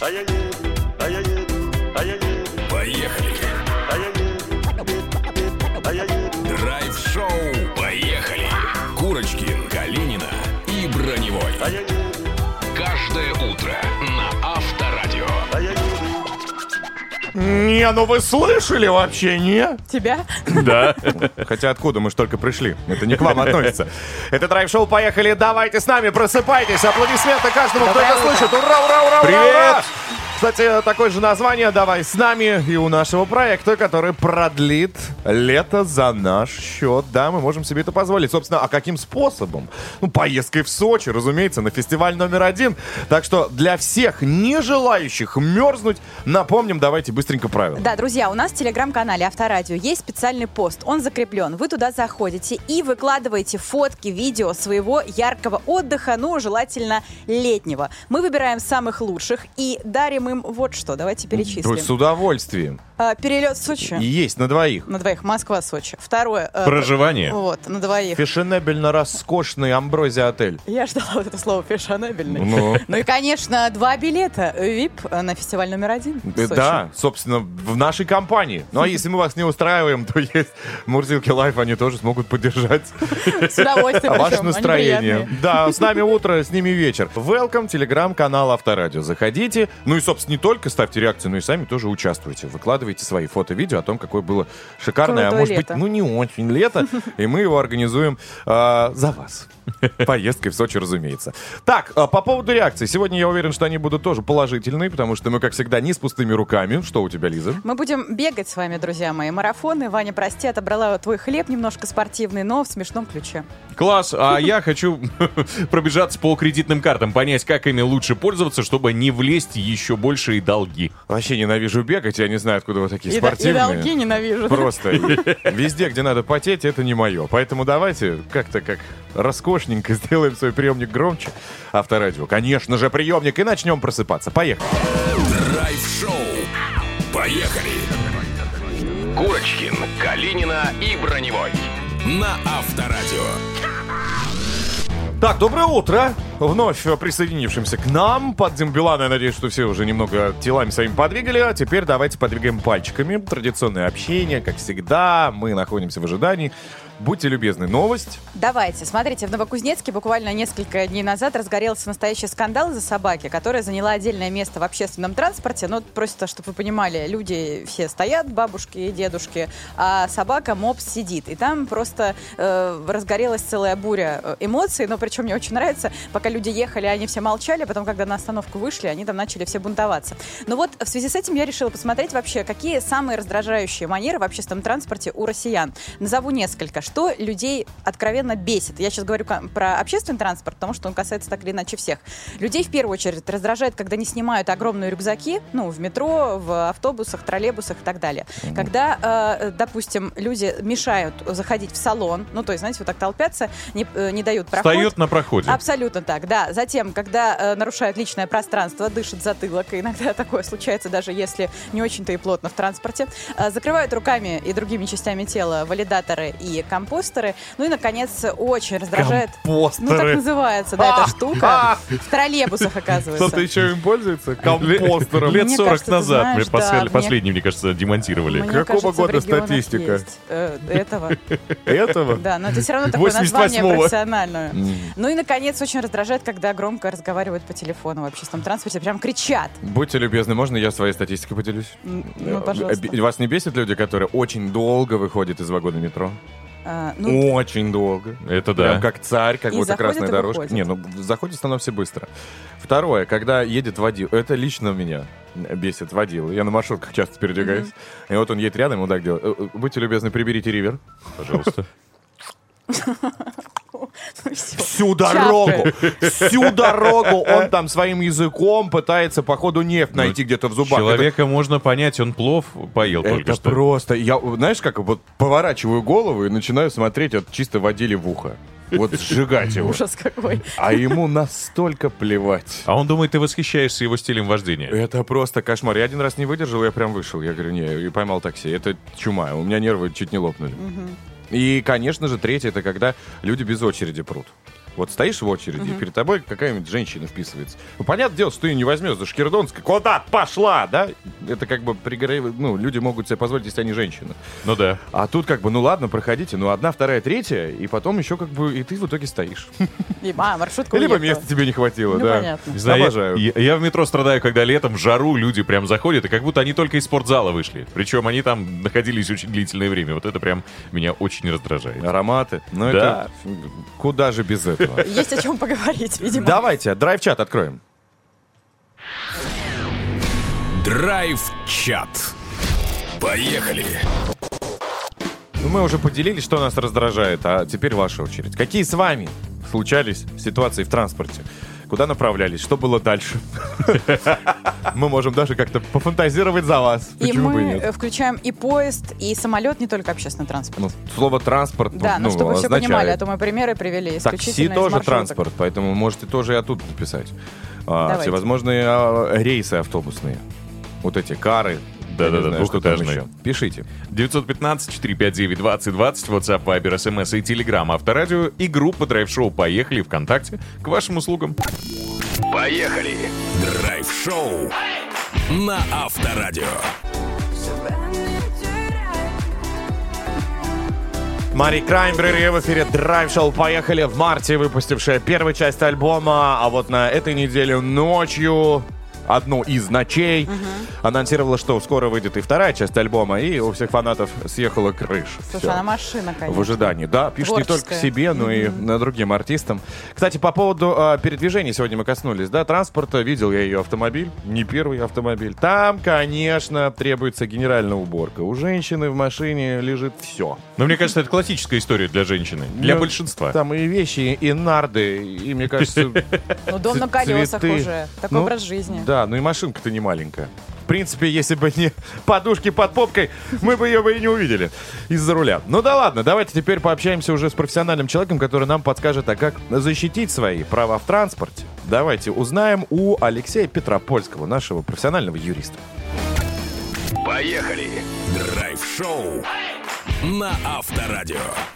Поехали. Драйв-шоу. Поехали. Курочкин, Калинина и Броневой. Каждое утро на Авторадио. Не, ну вы слышали вообще, не? Тебя? Да. Хотя откуда, мы ж только пришли. Это не к вам относится. Это драйв-шоу «Поехали». Давайте с нами, просыпайтесь. Аплодисменты каждому, кто это слышит. Ура, ура, ура, Привет! ура! Кстати, такое же название «Давай с нами» и у нашего проекта, который продлит лето за наш счет. Да, мы можем себе это позволить. Собственно, а каким способом? Ну, поездкой в Сочи, разумеется, на фестиваль номер 1. Так что для всех не желающих мерзнуть, напомним, давайте быстренько правила. Да, друзья, у нас в телеграм-канале Авторадио есть специальный пост. Он закреплен. Вы туда заходите и выкладываете фотки, видео своего яркого отдыха, ну, желательно летнего. Мы выбираем самых лучших и дарим им вот что. Давайте перечислим. С удовольствием. Перелет в Сочи. Есть на двоих. На двоих. Москва-Сочи. Второе. Проживание. Вот, на двоих. Фешенебельно-роскошный Амброзия отель. Я ждала вот это слово фешенебельный. Ну. Ну и, конечно, 2 билета VIP на фестиваль номер 1 в Сочи. Да, собственно, в нашей компании. Ну а если мы вас не устраиваем, то есть Мурзилки Лайф, они тоже смогут поддержать С удовольствием. ваше причем, они настроение. приятные. Да, с нами утро, с ними вечер. Welcome, телеграм-канал Авторадио. Заходите. Ну и, собственно, не только ставьте реакции, но и сами тоже участвуйте. Выкладывайте свои фото-видео о том, какое было шикарное, а Крутое может лето. быть, ну не очень лето. И мы его организуем за вас. Поездкой в Сочи, разумеется. Так, по поводу реакций. Сегодня я уверен, что они будут тоже положительные, потому что мы, как всегда, не с пустыми руками. Что у тебя, Лиза? Мы будем бегать с вами, друзья мои. Марафоны. Ваня, прости, отобрала твой хлеб немножко спортивный, но в смешном ключе. Класс, а я хочу пробежаться по кредитным картам, понять, как ими лучше пользоваться, чтобы не влезть еще большие долги. Вообще ненавижу бегать, я не знаю, откуда вы такие И спортивные. долги ненавижу. Просто везде, где надо потеть, это не мое. Поэтому давайте как-то как роскошненько сделаем свой приемник громче. Авторадио, конечно же, приемник, и начнем просыпаться. Поехали. Драйв-шоу. Поехали. Курочкин, Калинина и Броневой. На Авторадио. Так, доброе утро. Вновь присоединившимся к нам. Под Дембелана, я надеюсь, что все уже немного телами своими подвигали. А теперь давайте подвигаем пальчиками. Традиционное общение, как всегда. Мы находимся в ожидании. Будьте любезны, новость. Давайте, смотрите, в Новокузнецке буквально несколько дней назад разгорелся настоящий скандал из-за собаки, которая заняла отдельное место в общественном транспорте. Но просто, чтобы вы понимали, люди все стоят, бабушки и дедушки, а собака, мопс, сидит. И там просто разгорелась целая буря эмоций, но причем мне очень нравится, пока люди ехали, они все молчали, а потом, когда на остановку вышли, они там начали все бунтоваться. Но вот в связи с этим я решила посмотреть вообще, какие самые раздражающие манеры в общественном транспорте у россиян. Назову несколько. Что людей откровенно бесит? Я сейчас говорю про общественный транспорт, потому что он касается так или иначе всех. Людей в первую очередь раздражает, когда не снимают огромные рюкзаки, ну, в метро, в автобусах, троллейбусах и так далее. Когда, допустим, люди мешают заходить в салон, ну, то есть, знаете, вот так толпятся, не дают проход. Встает на проходе. Абсолютно так, да. Затем, когда нарушают личное пространство, дышит затылок, и иногда такое случается, даже если не очень-то и плотно в транспорте, закрывают руками и другими частями тела валидаторы и компостеры. Ну и, наконец, очень раздражает... Компостеры. Ну, так называется, да, эта штука. В троллейбусах, оказывается. Кто-то еще им пользуется? Компостером. Лет Мне 40 кажется, ты назад знаешь, мы да, последний, мне кажется, демонтировали. Мне Какого кажется, года в регионах статистика? есть, этого. Этого? Да, но это все равно такое название 88-го. профессиональное. Ну и, наконец, очень раздражает, когда громко разговаривают по телефону в общественном транспорте, прям кричат. Будьте любезны, можно я своей статистикой поделюсь? Ну, пожалуйста. Вас не бесит люди, которые очень долго выходят из вагона метро? Ну, Очень долго. Это да. Прям как царь, как И будто заходят, красная и дорожка. выходят. Не, ну заходит становится быстро. Второе, когда едет водил. Это лично меня бесит водила. Я на маршрутках часто передвигаюсь. И вот он едет рядом, и он так делает. Будьте любезны, приберите ривер. Пожалуйста. Всю дорогу он там своим языком пытается, походу, нефть найти где-то в зубах. Человека можно понять, он плов поел только Это что. просто... Я, знаешь, как вот поворачиваю голову и начинаю смотреть от чисто водили в ухо. Вот сжигать его. ужас какой. А ему настолько плевать. А он думает, ты восхищаешься его стилем вождения. Это просто кошмар. Я один раз не выдержал, я прям вышел. Я говорю, не, и поймал такси. Это чума. У меня нервы чуть не лопнули. И, конечно же, третье, это когда люди без очереди прут. Вот стоишь в очереди, и перед тобой какая-нибудь женщина вписывается. Ну, понятное дело, что ты ее не возьмешь за шкирдонской. Куда пошла, да? Это как бы люди могут себе позволить, если они женщины. Ну да. А тут как бы, ну ладно, проходите, ну одна, вторая, третья, и потом еще как бы, и ты в итоге стоишь. Маршрутка Либо уехала. места тебе не хватило, Ну, да. понятно. Не знаю, Обожаю. я в метро страдаю, когда летом в жару люди прям заходят, и как будто они только из спортзала вышли. Причем они там находились очень длительное время. Вот это прям меня очень раздражает. Ароматы. Ну Да. это куда же без этого? Есть о чем поговорить, видимо. Давайте, драйв-чат откроем. Драйв-чат. Поехали. Ну, мы уже поделились, что нас раздражает, а теперь ваша очередь. Какие с вами случались ситуации в транспорте? Куда направлялись? Что было дальше? Мы можем даже как-то пофантазировать за вас. И Почему бы и мы нет? включаем и поезд, и самолет, не только общественный транспорт. Ну, слово транспорт, Да, ну чтобы вы все означает. понимали, а то мы примеры привели исключительно Такси из тоже маршруток. транспорт, поэтому можете тоже и оттуда написать. Давайте. Всевозможные рейсы автобусные. Вот эти кары. Да-да-да, Я не знаю, что там двухэтажные. еще. Пишите. 915-459-2020, WhatsApp, Viber, SMS и Telegram, Авторадио и группа Драйв-шоу «Поехали» ВКонтакте к вашим услугам. Поехали. Драйв-шоу на Авторадио. Мари Краймбрери в эфире драйв-шоу «Поехали», в марте выпустившая первую часть альбома, а вот на этой неделе ночью одну из ночей анонсировала, что скоро выйдет и вторая часть альбома, и у всех фанатов съехала крыша. Слушай, Всё. она машина, конечно. В ожидании. Да, пишет не только Творческая. себе, но и другим артистам. Кстати, по поводу передвижений сегодня мы коснулись, да, транспорта. Видел я ее автомобиль, не первый автомобиль. Там, конечно, требуется генеральная уборка. У женщины в машине лежит все. Но мне кажется, это классическая история для женщины. Для Ну, большинства. Там и вещи, и нарды, и, мне кажется, Ну, дом на колесах цветы. уже. Такой Ну, образ жизни. Да, ну и машинка-то не маленькая. В принципе, если бы не подушки под попкой, мы бы ее и не увидели из-за руля. Ну да ладно, давайте теперь пообщаемся уже с профессиональным человеком, который нам подскажет, а как защитить свои права в транспорте. Давайте узнаем у Алексея Петропольского, нашего профессионального юриста. Поехали. Драйв-шоу на Авторадио.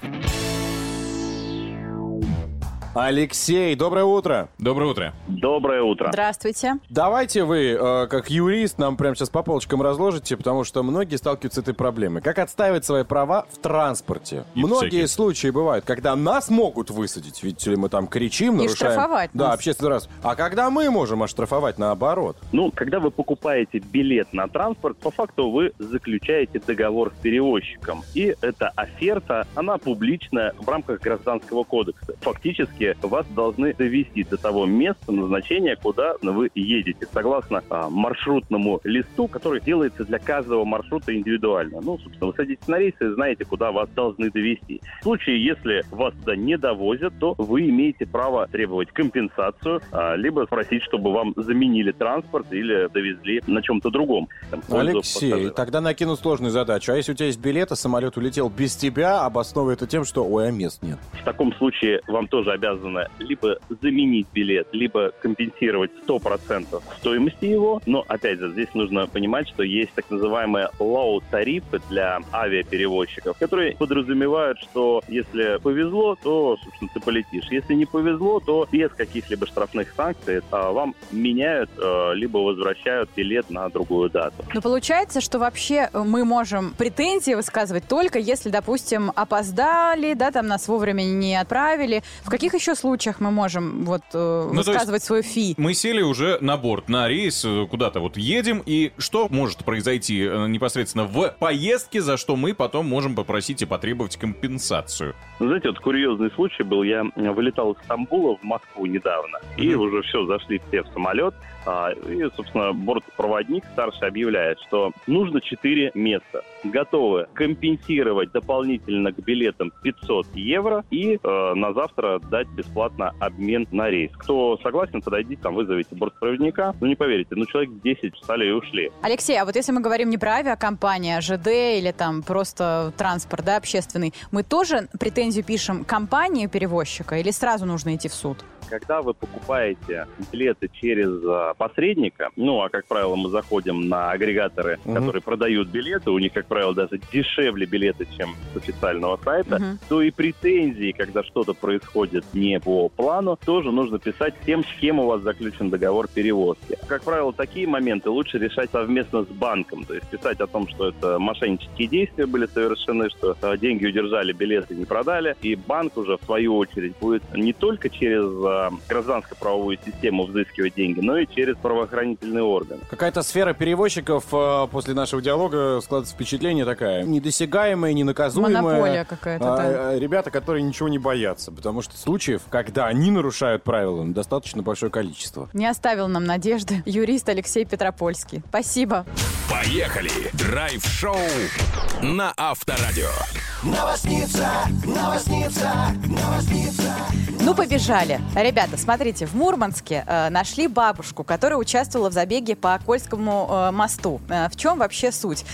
Алексей, доброе утро. Доброе утро. Доброе утро. Здравствуйте. Давайте вы, как юрист, нам прямо сейчас по полочкам разложите, потому что многие сталкиваются с этой проблемой. Как отстаивать свои права в транспорте? И Многие всякие. случаи бывают, когда нас могут высадить, видите ли, мы там кричим, И нарушаем. штрафовать Да, нас. общественный раз. А когда мы можем оштрафовать наоборот? Ну, когда вы покупаете билет на транспорт, по факту вы заключаете договор с перевозчиком. И эта оферта, она публичная в рамках Гражданского кодекса. Фактически вас должны довести до того места назначения, куда вы едете, согласно маршрутному листу, который делается для каждого маршрута индивидуально. Ну, собственно, вы садитесь на рейс и знаете, куда вас должны довести. В случае, если вас туда не довозят, то вы имеете право требовать компенсацию, либо просить, чтобы вам заменили транспорт или довезли на чем-то другом. Там, в пользу Алексей, пассажира. тогда накину сложную задачу. А если у тебя есть билет, а самолет улетел без тебя, обосновывая это тем, что, ой, а мест нет? В таком случае вам тоже обязаны либо заменить билет, либо компенсировать 100% стоимости его. Но, опять же, здесь нужно понимать, что есть так называемые low-тарифы для авиаперевозчиков, которые подразумевают, что если повезло, то, собственно, ты полетишь. Если не повезло, то без каких-либо штрафных санкций вам меняют, либо возвращают билет на другую дату. Но получается, что вообще мы можем претензии высказывать только если, допустим, опоздали, да, там нас вовремя не отправили. В каких еще случаях мы можем высказывать свою фи? Мы сели уже на борт, на рейс, куда-то вот едем, и что может произойти непосредственно в поездке, за что мы потом можем попросить и потребовать компенсацию? Знаете, вот курьезный случай был. Я вылетал из Стамбула в Москву недавно, и уже все, зашли все в самолет, и, собственно, бортпроводник старший объявляет, что нужно 4 места. Готовы компенсировать дополнительно к билетам 500 евро и на завтра дать бесплатно обмен на рейс. Кто согласен, подойдите, там вызовите бортпроводника. Ну, не поверите, человек 10 встали и ушли. Алексей, а вот если мы говорим не про авиакомпанию, а ЖД или там просто транспорт, да, общественный, мы тоже претензию пишем компании перевозчика или сразу нужно идти в суд? когда вы покупаете билеты через посредника, а как правило мы заходим на агрегаторы, которые продают билеты, у них, как правило, даже дешевле билеты, чем с официального сайта, то и претензии, когда что-то происходит не по плану, тоже нужно писать тем, с кем у вас заключен договор перевозки. Как правило, такие моменты лучше решать совместно с банком, то есть писать о том, что это мошеннические действия были совершены, что деньги удержали, билеты не продали, и банк уже, в свою очередь, будет не только через гражданско-правовую систему взыскивать деньги, но и через правоохранительные органы. Какая-то сфера перевозчиков после нашего диалога складывается впечатление такая, недосягаемая, ненаказуемая. Монополия какая-то, да. Ребята, которые ничего не боятся, потому что случаев, когда они нарушают правила, достаточно большое количество. Не оставил нам надежды юрист Алексей Петропольский. Спасибо. Поехали! Драйв-шоу на Авторадио. Ну, побежали. Ребята, смотрите, в Мурманске нашли бабушку, которая участвовала в забеге по Окольскому мосту. В чем вообще суть?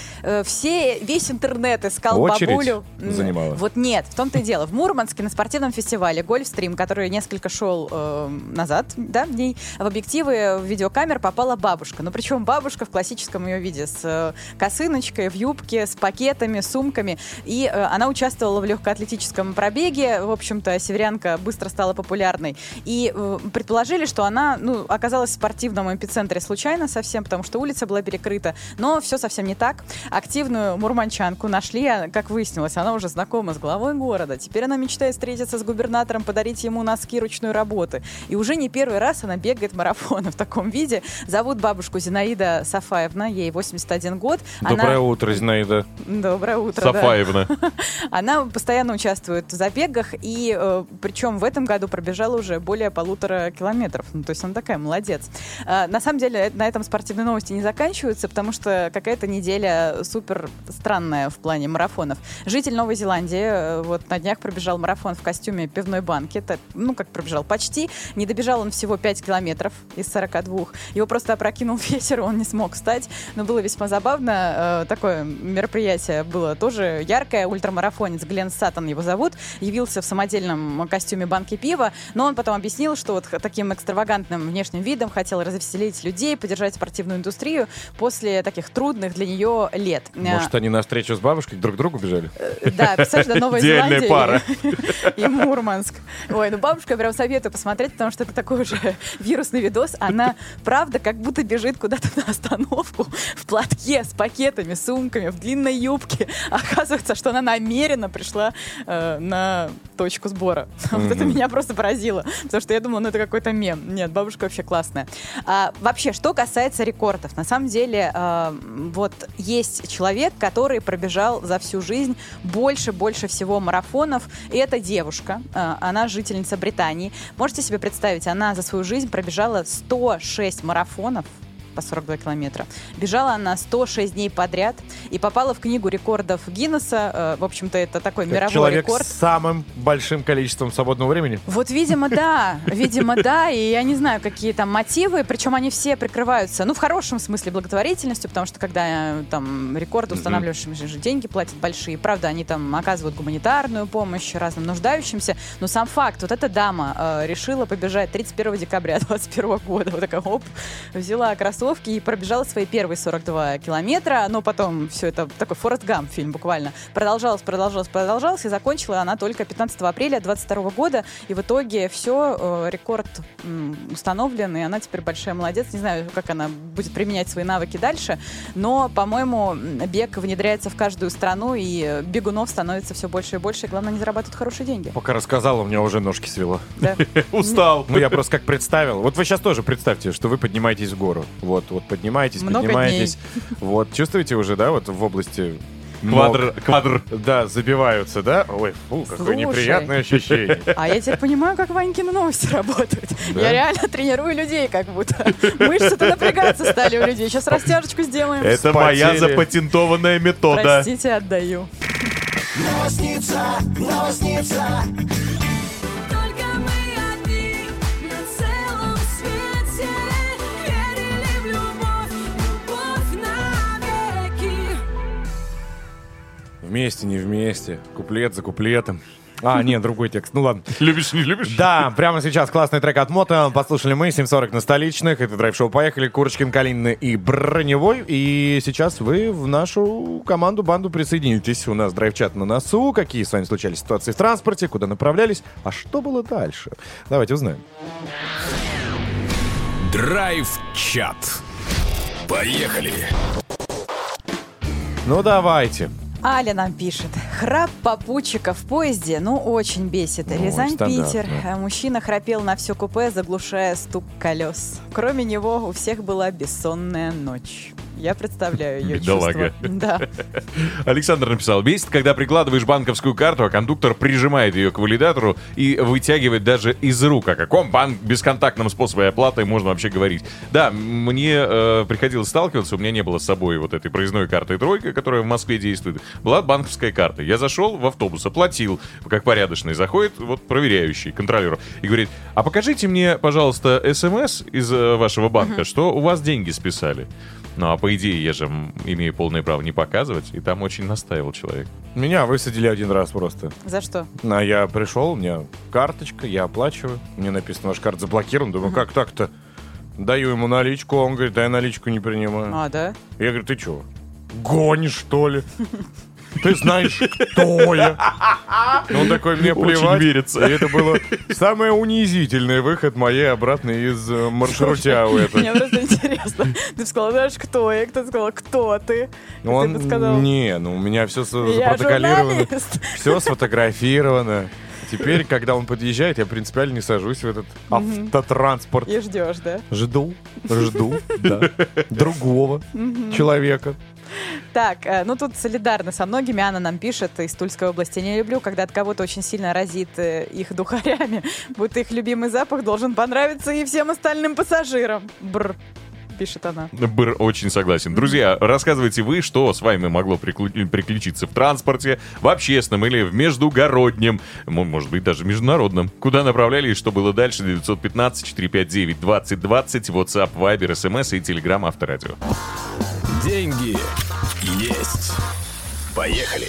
Весь интернет искал очередь бабулю. занимала? Вот нет, в том-то и дело. В Мурманске на спортивном фестивале «Гольфстрим», который несколько шел назад, дней, в объективы видеокамер попала бабушка. Ну, причем бабушка в классическом ее виде, с косыночкой, в юбке, с пакетами, сумками. И она участвовала в легкоатлетическом пробеге. В общем-то, северянка быстро стала популярной. И предположили, что она оказалась в спортивном эпицентре случайно совсем, потому что улица была перекрыта. Но все совсем не так. Активную мурманчанку нашли, как выяснилось, она уже знакома с главой города. Теперь она мечтает встретиться с губернатором, подарить ему носки ручной работы. И уже не первый раз она бегает марафоны в таком виде. Зовут бабушку Зинаида Сафаевна, ей 81 год. Доброе утро, Зинаида. Доброе утро, Сафаевна. Да. Она постоянно участвует в забегах, и причем в этом году пробежала уже более 1,5 километров. То есть она такая молодец. На самом деле на этом спортивные новости не заканчиваются, потому что какая-то неделя супер странная в плане марафонов. Житель Новой Зеландии на днях пробежал марафон в костюме пивной банки. Это, как пробежал почти. Не добежал он всего 5 километров из 42. Его просто опрокинул ветер, он не смог встать. Но было весьма забавно. Такое мероприятие было тоже яркое. Ультрамарафонец Глен Саттон его зовут. Явился в самодельном костюме банки пива. Но он потом объяснил, что таким экстравагантным внешним видом хотел развеселить людей, поддержать спортивную индустрию после таких трудных для нее лет. Может, они на встречу с бабушкой друг к другу бежали? Да, представляешь, да, Новая Зеландия. Идеальная пара. И Мурманск. Ой, бабушка, прям советую посмотреть, потому что это такой уже вирусный видос. Она, правда, как будто бежит куда-то на остановку в платке с пакетами, сумками, в длинной юбке. Оказывается, что она намеренно пришла на точку сбора. Вот это меня просто поразило, потому что я думала, это какой-то мем. Нет, бабушка вообще классная. Вообще, что касается рекордов, на самом деле, есть человек, который пробежал за всю жизнь больше всего марафонов, и это девушка, она жительница Британии. Можете себе представить, она за свою жизнь пробежала 106 марафонов по 42 километра. Бежала она 106 дней подряд и попала в книгу рекордов Гиннесса. В общем-то, это такой мировой человек рекорд. С самым большим количеством свободного времени? Вот, видимо, да. И я не знаю, какие там мотивы, причем они все прикрываются, в хорошем смысле благотворительностью, потому что когда там рекорды устанавливаешь, же деньги платят большие. Правда, они там оказывают гуманитарную помощь разным нуждающимся, но сам факт, эта дама решила побежать 31 декабря 2021 года. Вот такая, взяла кроссовки и пробежала свои первые 42 километра, но потом все это такой Форест Гамп фильм буквально. Продолжалось, и закончила она только 15 апреля 2022 года, и в итоге все, рекорд установлен, и она теперь большая молодец. Не знаю, как она будет применять свои навыки дальше, но, по-моему, бег внедряется в каждую страну, и бегунов становится все больше и больше, и главное, они зарабатывают хорошие деньги. Пока рассказала, у меня уже ножки свело. Да. Устал. Я просто как представил. Вот вы сейчас тоже представьте, что вы поднимаетесь в гору. Вот поднимаетесь. Вот, чувствуете уже, да, в области... Квадр. Да, забиваются, да? Ой, какое неприятное ощущение. А я теперь понимаю, как Ванькины новости работают. Да? Я реально тренирую людей, как будто. Мышцы-то напрягаться стали у людей. Сейчас растяжечку сделаем. Это моя запатентованная метода. Простите, отдаю. Новосница. Только мы одни на целом свете. Верили в любовь навеки. Вместе, не вместе. Куплет за куплетом. Нет, другой текст. Ну ладно. Любишь, не любишь? Да, прямо сейчас классный трек от Мото. Послушали мы 7:40 на столичных. Это драйв-шоу «Поехали». Курочкин, Калинина и Броневой. И сейчас вы в нашу команду-банду присоединитесь. У нас драйв-чат на носу. Какие с вами случались ситуации в транспорте, куда направлялись, а что было дальше? Давайте узнаем. Драйв-чат. Поехали. Ну, давайте. Аля нам пишет. Храп попутчика в поезде, очень бесит. Ну, Рязань-Питер. стандартно. Мужчина храпел на все купе, заглушая стук колес. Кроме него у всех была бессонная ночь. Я представляю ее Бедолага. чувства. Да. Александр написал: бесит, когда прикладываешь банковскую карту, а кондуктор прижимает ее к валидатору и вытягивает даже из рук. О каком бесконтактном способе оплаты можно вообще говорить? Да, мне приходилось сталкиваться, у меня не было с собой вот этой проездной карты «Тройка», которая в Москве действует. Была банковская карта. Я зашел в автобус, оплатил, как порядочный. Заходит вот проверяющий, контролер, и говорит: а покажите мне, пожалуйста, СМС из вашего банка, что у вас деньги списали. Ну, а по идее, я же имею полное право не показывать, и там очень настаивал человек. Меня высадили один раз просто. За что? Я пришел, у меня карточка, я оплачиваю. Мне написано, ваша карта заблокирована. Думаю, как так-то? Даю ему наличку, он говорит, да я наличку не принимаю. А, да? Я говорю, ты чего, гонишь, что ли? Ты знаешь, кто я? Он такой, мне плевать. Очень верится. И это было самый унизительный выход моей обратно из маршрутя у этого. Мне просто интересно. Ты сказала, знаешь, кто я? Кто сказал, кто ты? И ты бы сказал, у меня все я запротоколировано. журналист. Все сфотографировано. Теперь, когда он подъезжает, я принципиально не сажусь в этот автотранспорт. И ждешь, да? Жду, да, другого человека. Так, тут солидарно со многими. Анна нам пишет из Тульской области. Не люблю, когда от кого-то очень сильно разит их духарями, будто их любимый запах должен понравиться и всем остальным пассажирам. Бррр. Пишет она. Очень согласен. Друзья, рассказывайте вы, что с вами могло приключиться в транспорте, в общественном или в междугороднем, может быть, даже международном. Куда направлялись, что было дальше? 915-459-2020, WhatsApp, Viber, SMS и Telegram Авторадио. Деньги есть. Поехали.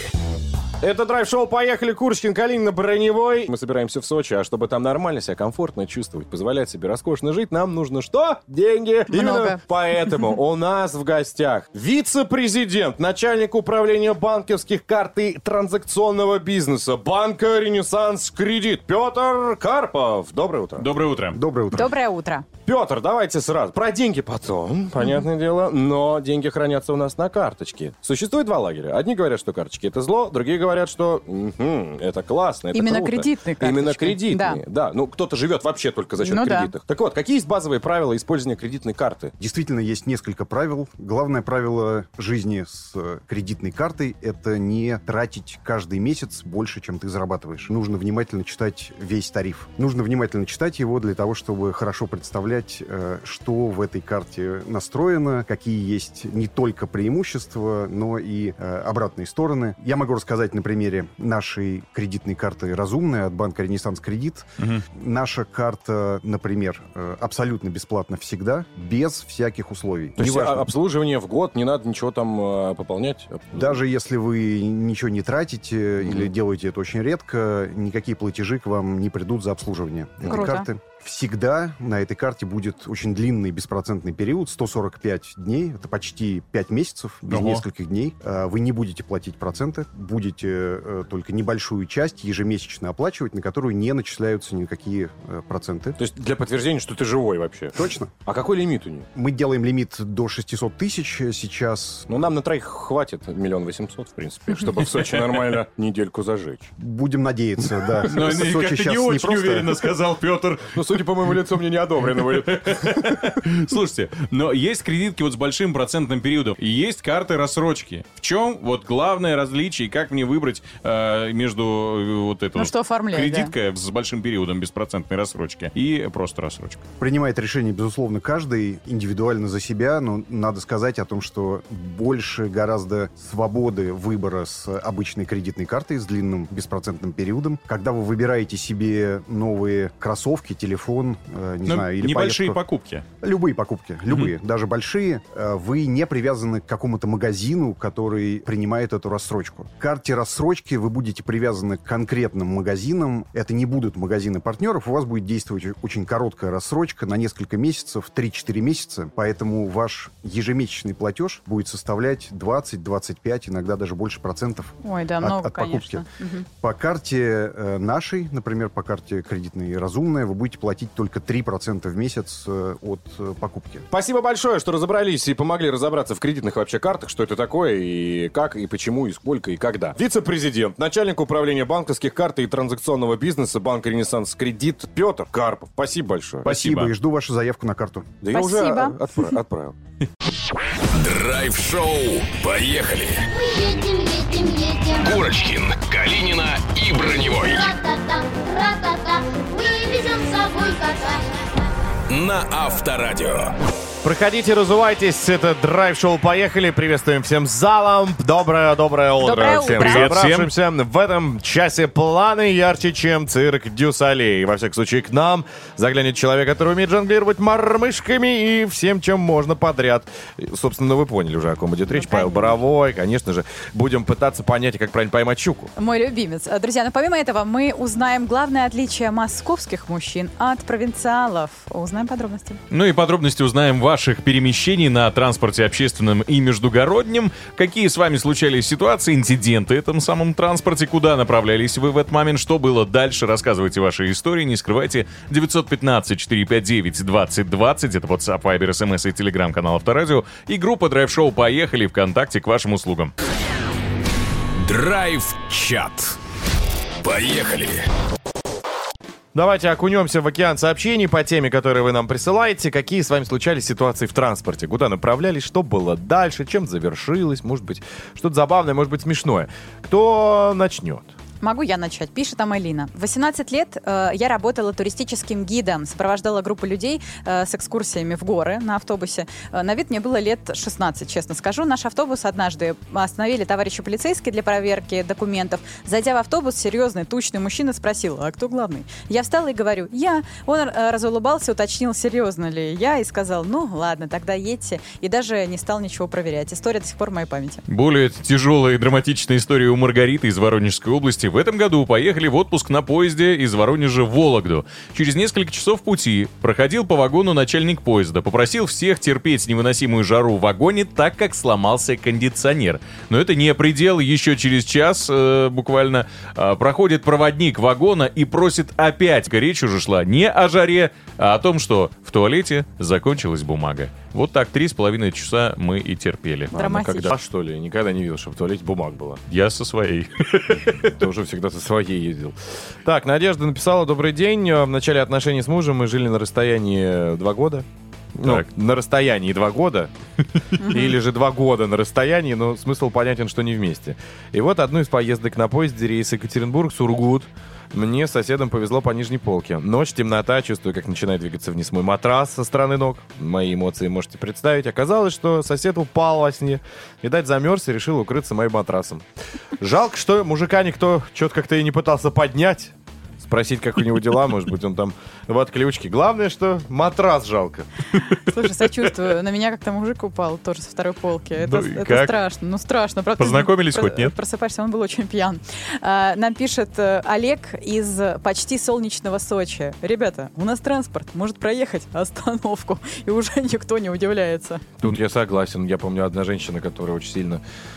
Это драйв-шоу «Поехали». Курочкин, Калинина, Броневой. Мы собираемся в Сочи, а чтобы там нормально себя комфортно чувствовать, позволять себе роскошно жить, нам нужно что? Деньги. Много. Именно поэтому у нас в гостях вице-президент, начальник управления банковских карт и транзакционного бизнеса банка «Ренессанс Кредит» Петр Карпов. Доброе утро. Доброе утро. Доброе утро. Доброе утро. Петр, давайте сразу. Про деньги потом, понятное дело, но деньги хранятся у нас на карточке. Существует два лагеря. Одни говорят, что карточки — это зло, другие говорят, что это классно, это Именно круто. кредитные карточки. Именно кредитные, да. Кто-то живет вообще только за счет кредитных. Так вот, какие есть базовые правила использования кредитной карты? Действительно, есть несколько правил. Главное правило жизни с кредитной картой — это не тратить каждый месяц больше, чем ты зарабатываешь. Нужно внимательно читать весь тариф. Нужно внимательно читать его для того, чтобы хорошо представлять, что в этой карте настроено, какие есть не только преимущества, но и обратные стороны. Я могу рассказать на примере нашей кредитной карты «Разумная» от банка «Ренессанс Кредит». Наша карта, например, абсолютно бесплатна всегда, без всяких условий. То есть Неважно. обслуживание в год, не надо ничего там пополнять? Даже если вы ничего не тратите или делаете это очень редко, никакие платежи к вам не придут за обслуживание этой Круто. карты. Всегда на этой карте будет очень длинный беспроцентный период, 145 дней, это почти 5 месяцев, без нескольких дней. Вы не будете платить проценты, будете только небольшую часть ежемесячно оплачивать, на которую не начисляются никакие проценты. То есть для подтверждения, что ты живой вообще? Точно. А какой лимит у нее? Мы делаем лимит до 600 тысяч сейчас. Ну, нам на троих хватит 1 800 000, в принципе, чтобы в Сочи нормально недельку зажечь. Будем надеяться, да. Но Сочи как-то сейчас не очень непросто. уверенно сказал Петр. Ну, судя по моему лицу, мне не одобрено будет. Слушайте, но есть кредитки вот с большим процентным периодом, и есть карты рассрочки. В чем вот главное различие, и как мне выбрать между вот этой что оформлять, кредиткой с большим периодом беспроцентной рассрочки и просто рассрочка? Принимает решение, безусловно, каждый индивидуально за себя, но надо сказать о том, что больше гораздо свободы выбора с обычной кредитной картой с длинным беспроцентным периодом. Когда вы выбираете себе новые кроссовки, телефон, телефон, не знаю, или небольшие поездку. покупки. Любые покупки, любые, даже большие. Вы не привязаны к какому-то магазину, который принимает эту рассрочку. К карте рассрочки вы будете привязаны к конкретным магазинам. Это не будут магазины партнеров. У вас будет действовать очень короткая рассрочка на несколько месяцев, 3-4 месяца. Поэтому ваш ежемесячный платеж будет составлять 20-25, иногда даже больше процентов Ой, да, много, от покупки. конечно. Мгм. По карте нашей, например, по карте кредитной «Разумная», вы будете платить только 3% в месяц от покупки. Спасибо большое, что разобрались и помогли разобраться в кредитных вообще картах, что это такое, и как, и почему, и сколько, и когда. Вице-президент, начальник управления банковских карт и транзакционного бизнеса банка «Ренессанс Кредит» Петр Карпов. Спасибо большое. Спасибо, и жду вашу заявку на карту. Да я уже Спасибо. отправил. Драйв-шоу. Поехали. Едем, едем, едем. Курочкин, Калинина и Броневой. Ра-та-та, ра-та-та, вывезем с собой кота. На Авторадио. Проходите, разувайтесь, это драйв-шоу «Поехали». Приветствуем всем залом. Доброе утро Доброе всем утро. Привет собравшимся. В этом часе планы ярче, чем цирк Дю Солей. Во всяком случае, к нам заглянет человек, который умеет жонглировать мормышками и всем, чем можно подряд. И, собственно, вы поняли уже, о ком идет речь. Павел конечно. Боровой. Конечно же, будем пытаться понять, как правильно поймать щуку. Мой любимец. Друзья, но помимо этого мы узнаем главное отличие московских мужчин от провинциалов. Узнаем подробности. Ну и подробности узнаем ваших перемещений на транспорте общественном и междугороднем. Какие с вами случались ситуации, инциденты в этом самом транспорте, куда направлялись вы в этот момент, что было дальше, рассказывайте ваши истории, не скрывайте. 915-459-2020, это WhatsApp, Viber, SMS и телеграм-канал Авторадио, и группа Драйв-шоу «Поехали» ВКонтакте к вашим услугам. Драйв-чат. Поехали. Давайте окунемся в океан сообщений по теме, которые вы нам присылаете. Какие с вами случались ситуации в транспорте? Куда направлялись? Что было дальше? Чем завершилось? Может быть, что-то забавное, может быть, смешное. Кто начнет? Могу я начать? Пишет там Элина. В 18 лет я работала туристическим гидом, сопровождала группу людей с экскурсиями в горы на автобусе. На вид мне было лет 16, честно скажу. Наш автобус однажды остановили товарищи полицейские для проверки документов. Зайдя в автобус, серьезный, тучный мужчина спросил: а кто главный? Я встала и говорю: я. Он разулыбался, уточнил, серьезно ли я, и сказал: ну ладно, тогда едьте. И даже не стал ничего проверять. История до сих пор в моей памяти. Более тяжелая и драматичная история у Маргариты из Воронежской области. В этом году поехали в отпуск на поезде из Воронежа в Вологду. Через несколько часов пути проходил по вагону начальник поезда. Попросил всех терпеть невыносимую жару в вагоне, так как сломался кондиционер. Но это не предел. Еще через час буквально проходит проводник вагона и просит опять. Речь уже шла не о жаре, а о том, что в туалете закончилась бумага. Вот так 3,5 часа мы и терпели. Драматично. Когда, что ли? Никогда не видел, чтобы в туалете бумаг была. Я со своей. Ты уже всегда со своей ездил. Так, Надежда написала: добрый день. В начале отношений с мужем мы жили на расстоянии 2 года. Ну, Так. на расстоянии 2 года. Или же 2 года на расстоянии, но смысл понятен, что не вместе. И вот одну из поездок на поезде рейс Екатеринбург-Сургут мне с соседом повезло по нижней полке. Ночь, темнота, чувствую, как начинает двигаться вниз мой матрас со стороны ног. Мои эмоции можете представить. Оказалось, что сосед упал во сне. Видать, замерз и решил укрыться моим матрасом. Жалко, что мужика никто что-то как-то и не пытался поднять. Спросить, как у него дела, может быть, он там в отключке. Главное, что матрас жалко. Слушай, сочувствую. На меня как-то мужик упал тоже со второй полки. Это, Ну и это как? страшно. Ну, страшно. Правда, Познакомились хоть, нет? Просыпаешься, он был очень пьян. Нам пишет Олег из почти солнечного Сочи. Ребята, у нас транспорт может проехать остановку. И уже никто не удивляется. Тут я согласен. Я помню, одна женщина, которая очень сильно,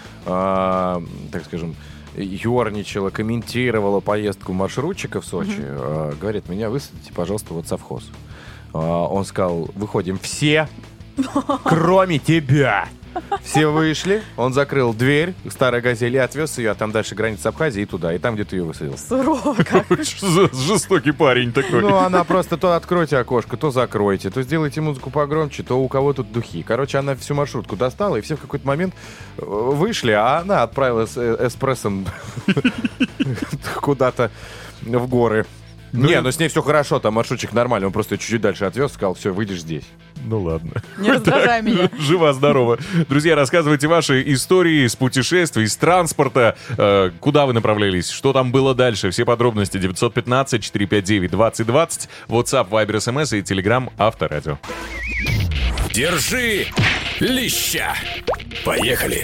так скажем, ерничала, комментировала поездку маршрутчика в Сочи. Говорит: меня высадите, пожалуйста, вот совхоз. Он сказал: выходим все, кроме тебя. Все вышли, он закрыл дверь к старой «Газели», отвез ее, а там дальше граница Абхазии и туда, и там, где ты ее высадил. Сурово как. Жестокий парень такой. Ну, она просто то откройте окошко, то закройте, то сделайте музыку погромче, то у кого тут духи. Короче, она всю маршрутку достала, и все в какой-то момент вышли, а она отправилась эспрессом куда-то в горы. Не, ну с ней все хорошо, там маршрутчик нормальный, он просто чуть-чуть дальше отвез, сказал, все, выйдешь здесь. Ну ладно. Не раздражай меня. Жива-здорова. Друзья, рассказывайте ваши истории с путешествий, с транспорта. Куда вы направлялись? Что там было дальше? Все подробности 915-459-2020. WhatsApp, Viber, SMS и Telegram Авторадио. Держи леща. Поехали.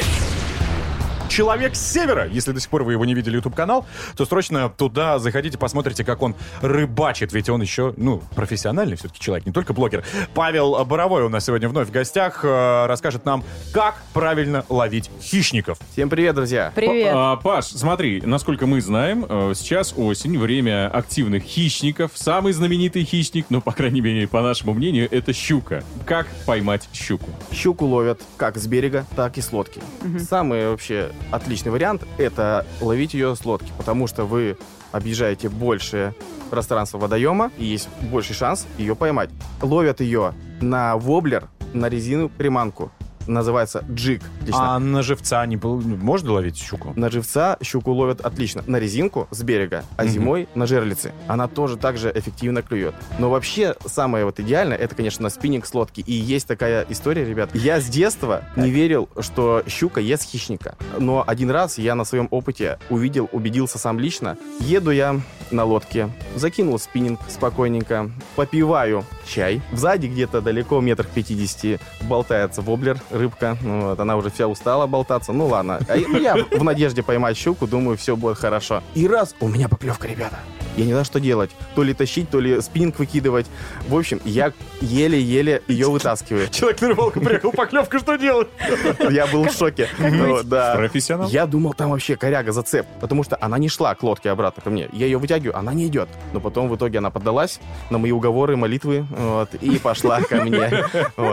«Человек с севера». Если до сих пор вы его не видели, YouTube-канал, то срочно туда заходите, посмотрите, как он рыбачит. Ведь он еще, профессиональный все-таки человек, не только блогер. Павел Боровой у нас сегодня вновь в гостях. Расскажет нам, как правильно ловить хищников. Всем привет, друзья. Привет. Паш, смотри, насколько мы знаем, сейчас осень, время активных хищников. Самый знаменитый хищник, по крайней мере, по нашему мнению, это щука. Как поймать щуку? Щуку ловят как с берега, так и с лодки. Самый вообще отличный вариант — это ловить ее с лодки, потому что вы объезжаете большее пространство водоема, и есть больший шанс ее поймать. Ловят ее на воблер, на резину приманку. Называется джиг. А на живца можно ловить щуку? На живца щуку ловят отлично. На резинку с берега, а зимой на жерлицы. Она тоже так же эффективно клюет. Но вообще самое идеальное — это, конечно, на спиннинг с лодки. И есть такая история, ребят. Я с детства не верил, что щука ест хищника. Но один раз я на своем опыте убедился сам лично. Еду я на лодке, закинул спиннинг спокойненько, попиваю чай. Сзади где-то далеко, 50 метров, болтается воблер, рыбка. Она уже вся устала болтаться. Ну ладно. Я в надежде поймать щуку, думаю, все будет хорошо. И раз, у меня поклевка, ребята. Я не знаю, что делать. То ли тащить, то ли спиннинг выкидывать. В общем, я еле-еле ее вытаскиваю. Человек на рыбалку приехал, поклевка, что делать? Я был в шоке. Да. Профессионал. Я думал, там вообще коряга, зацеп. Потому что она не шла к лодке обратно ко мне. Я ее вытягиваю, она не идет. Но потом в итоге она поддалась на мои уговоры, молитвы. И пошла ко мне.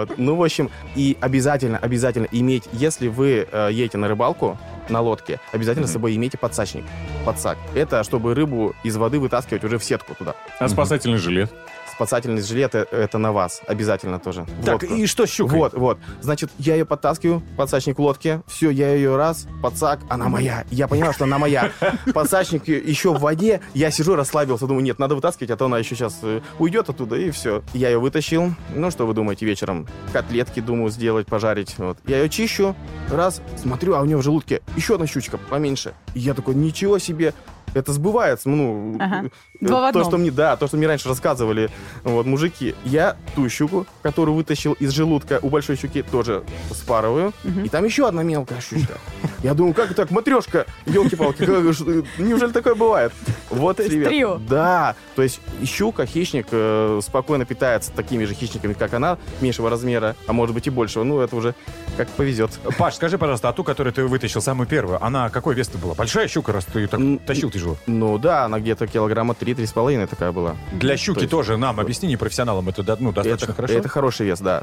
В общем, и обязательно иметь, если вы едете на рыбалку, на лодке, обязательно с собой имейте подсачник. Подсак. Это чтобы рыбу из воды вытаскивать уже в сетку туда. А спасательный жилет? Спасательный жилет — это на вас. Обязательно тоже. Так, и что с щукой? Вот. Значит, я ее подтаскиваю, подсачник в лодке. Все, я ее раз, подсак, она моя. Я понимаю, что она моя. Подсачник еще в воде. Я сижу, расслабился, думаю, нет, надо вытаскивать, а то она еще сейчас уйдет оттуда, и все. Я ее вытащил. Ну, что вы думаете, вечером? Котлетки, думаю, сделать, пожарить. Я ее чищу, раз, смотрю, а у нее в желудке еще одна щучка поменьше. И я такой, ничего себе. Это сбывается, Два в одном. то, что мне раньше рассказывали мужики. Я ту щуку, которую вытащил из желудка у большой щуки, тоже спарываю. И там еще одна мелкая щучка. Я думаю, как так, матрешка, елки-палки, неужели такое бывает? Вот, ребят. Трио. Да, то есть щука, хищник, спокойно питается такими же хищниками, как она, меньшего размера, а может быть и большего. Это уже как повезет. Паш, скажи, пожалуйста, а ту, которую ты вытащил, самую первую, она какой вес-то была? Большая щука, раз ты так тащил тяжело? Да, она где-то килограмма 3-3,5 такая была. Для щуки тоже нам, объясни непрофессионалам, это достаточно хорошо? Это хороший вес, да.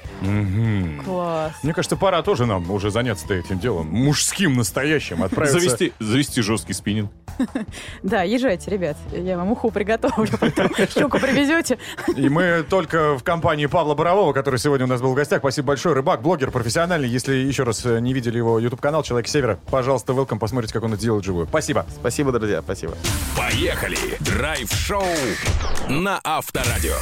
Класс. Мне кажется, пора тоже нам уже заняться этим делом. Мужским, настоящим. Отправиться... Завести жесткий спиннинг. Да, езжайте, ребят. Я вам уху приготовлю. Потом щуку привезете. И мы только в компании Павла Борового, который сегодня у нас был в гостях. Спасибо большое. Рыбак, блогер, профессиональный. Если еще раз не видели его YouTube-канал «Человек с севера», пожалуйста, welcome, посмотрите, как он это делает вживую. Спасибо. Спасибо, друзья, спасибо. Поехали! Драйв-шоу на Авторадио.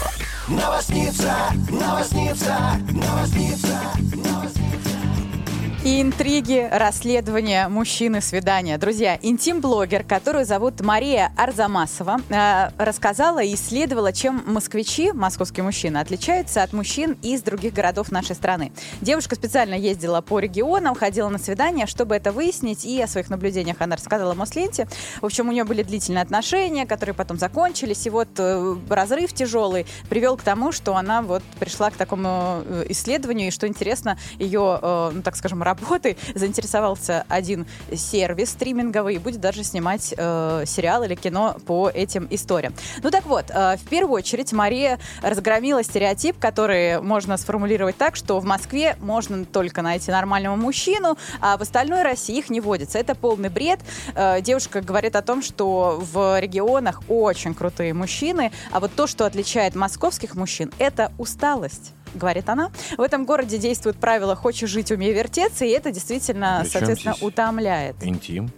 И интриги, расследования, мужчины, свидания. Друзья, интим-блогер, которую зовут Мария Арзамасова, рассказала и исследовала, чем москвичи, московские мужчины, отличаются от мужчин из других городов нашей страны. Девушка специально ездила по регионам, ходила на свидания, чтобы это выяснить, и о своих наблюдениях она рассказала в Мосленте. В общем, у нее были длительные отношения, которые потом закончились, и разрыв тяжелый привел к тому, что она пришла к такому исследованию, и что интересно, ее, так скажем, работой заинтересовался один сервис стриминговый и будет даже снимать сериал или кино по этим историям. В первую очередь Мария разгромила стереотип, который можно сформулировать так, что в Москве можно только найти нормального мужчину, а в остальной России их не водится. Это полный бред. Девушка говорит о том, что в регионах очень крутые мужчины, а то, что отличает московских мужчин, это усталость. Говорит она. В этом городе действует правило «хочешь жить, умей вертеться», и это действительно, соответственно, утомляет. Интим.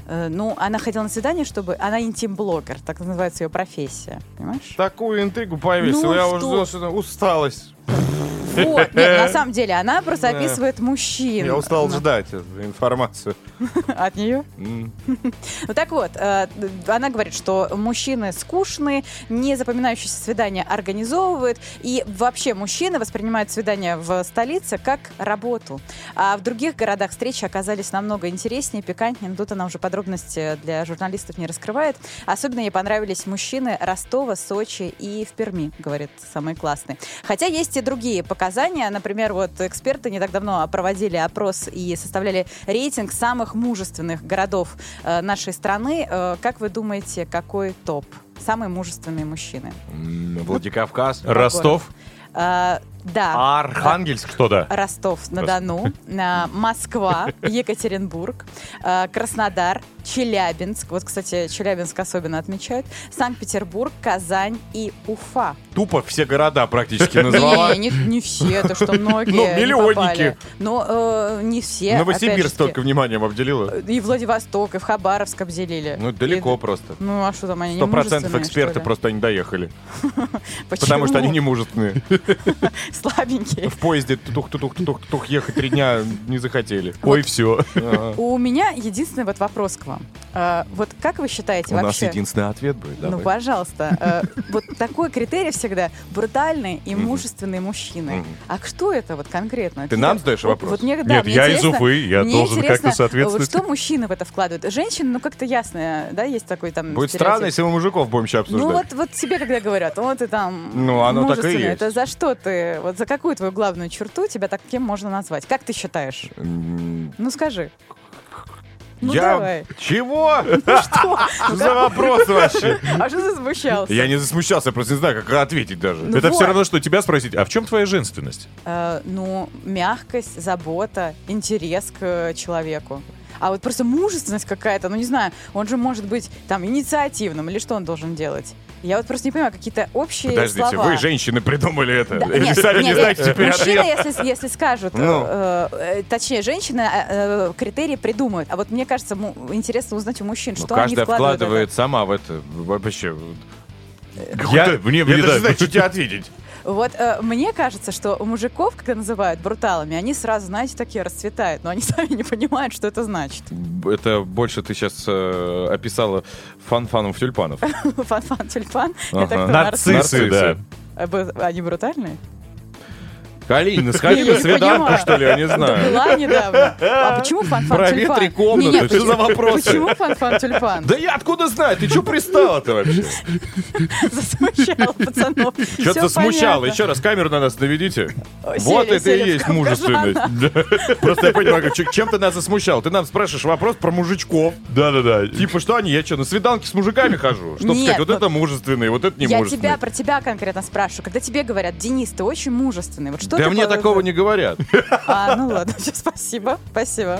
Она ходила на свидание, чтобы... Она интим-блогер, так называется ее профессия. Понимаешь? Такую интригу повесил, я уже что? что усталость. Вот, нет, на самом деле, она просто описывает мужчин. Я устал ждать эту информацию. От нее? Ну так вот, она говорит, что мужчины скучные, не запоминающиеся свидания организовывают, и вообще мужчины воспринимают свидания в столице как работу. А в других городах встречи оказались намного интереснее, пикантнее, но тут она уже подробности для журналистов не раскрывает. Особенно ей понравились мужчины Ростова, Сочи и в Перми, говорит, самые классные. Хотя есть и другие показания. Например, вот эксперты не так давно проводили опрос и составляли рейтинг самых мужественных городов нашей страны. Как вы думаете, какой топ? Самые мужественные мужчины. Владикавказ. Ростов. Да. Архангельск. Что да? Ростов-на-Дону, Москва, Екатеринбург, Краснодар, Челябинск. Вот, кстати, Челябинск особенно отмечают. Санкт-Петербург, Казань и Уфа. Тупо все города практически назвала. Не все, то что многие миллионники. попали. Но не все. Новосибирск только вниманием обделила. И Владивосток, и в Хабаровск обделили. Ну, далеко просто. Ну, а что там, они не 100% мужественные, эксперты что ли? просто не доехали. Почему? Потому что они не мужественные. Слабенькие. В поезде тух-тух-тух-тух ехать 3 дня не захотели. Ой, все. У меня единственный вот вопрос к вам. Вот как вы считаете У нас вообще... единственный ответ будет. Ну, Давай. пожалуйста. Вот такой критерий всегда. Брутальные и мужественные мужчины. А что это вот конкретно? Ты нам задаешь вопрос? Вот мне, Нет, я из Уфы, я мне должен интересно, как-то соответствовать. Вот что мужчины в это вкладывают? Женщины, ну, как-то ясно, да, есть такой там Будет стереотип. странно, если мы мужиков будем сейчас Ну, обсуждать. вот тебе когда говорят, вот ты там Ну, оно так и мужественный, есть. это за что ты, вот за какую твою главную черту тебя так кем можно назвать? Как ты считаешь? Ну, скажи. Ну, давай. Чего? Что? Что за вопрос вообще? А что ты смущался? Я не засмущался, я просто не знаю, как ответить даже. Ну Это вот. все равно, что тебя спросить, а в чем твоя женственность? Ну, мягкость, забота, интерес к человеку. А вот просто мужественность какая-то, ну не знаю, он же может быть там инициативным, или что он должен делать? Я вот просто не понимаю, какие-то общие Подождите, слова. вы, женщины, придумали это. Да, Или нет, сами не нет, знаете теперь мужчины, ответ? если скажут, Ну. точнее, женщины критерии придумают. А вот мне кажется, интересно узнать у мужчин, Ну, что они каждая вкладывают. вкладывает сама в это. Вообще. Мне Я даже не знаю, что тебе ответить. Вот мне кажется, что у мужиков, когда называют бруталами, они сразу, знаете, такие расцветают, но они сами не понимают, что это значит. Это больше ты сейчас описала фан-фанов тюльпанов. Фан-фан, тюльпан. Ага. Это кто, Нарциссы, да. Они брутальные? Калинина, сходи Я на не свиданку, понимаю. что ли, я не Да знаю. была недавно. А почему фан-фан тюльпан? Проветри комнату, Не-не, что за вопросы? Почему фан-фан тюльпан? Да я откуда знаю? Ты что пристала-то вообще? Засмущал пацанов. Что-то Всё смущало. понятно. Еще раз камеру на нас наведите. Ой, Вот сели, это и сели, есть покажу мужественность. Да. Просто я понимаю, чем ты нас засмущал? Ты нам спрашиваешь вопрос про мужичков. Да-да-да. Типа, что они? Я что, на свиданки с мужиками хожу? Чтобы Нет, сказать, вот ну, это мужественный, вот это не Я мужественный. про тебя конкретно спрашиваю. Когда тебе говорят, Денис, ты очень мужественный, вот что Да ты мне такого не говорят. А, ну ладно, все, спасибо, спасибо.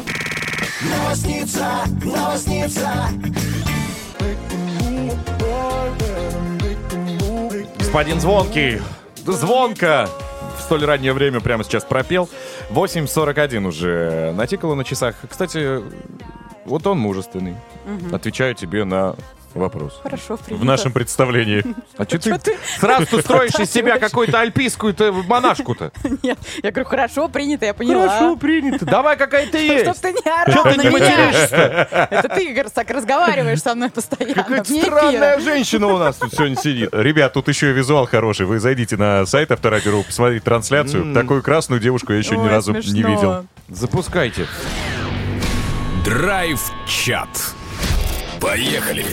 Господин Звонкий, звонко в столь раннее время прямо сейчас пропел. 8:41 уже натикало на часах. Кстати, вот он мужественный. Отвечаю тебе на вопрос. Хорошо, принято. В нашем представлении. А что Чё ты ты сразу ты строишь из себя подталкиваешь? какую-то альпийскую-то монашку-то? Нет, я говорю, хорошо, принято, я поняла. Хорошо, принято. Давай, какая ты Чтоб есть. ты не орал Чё ты на не меня. материшься? Это ты, Игорь, так разговариваешь со мной постоянно. Какая-то вне странная эфира. женщина у нас тут сегодня сидит. Ребят, тут еще и визуал хороший. Вы зайдите на сайт Авторадио.ру, посмотрите трансляцию. Такую красную девушку я еще ни Ой, разу не смешно. видел. Запускайте. Драйв-чат. Поехали.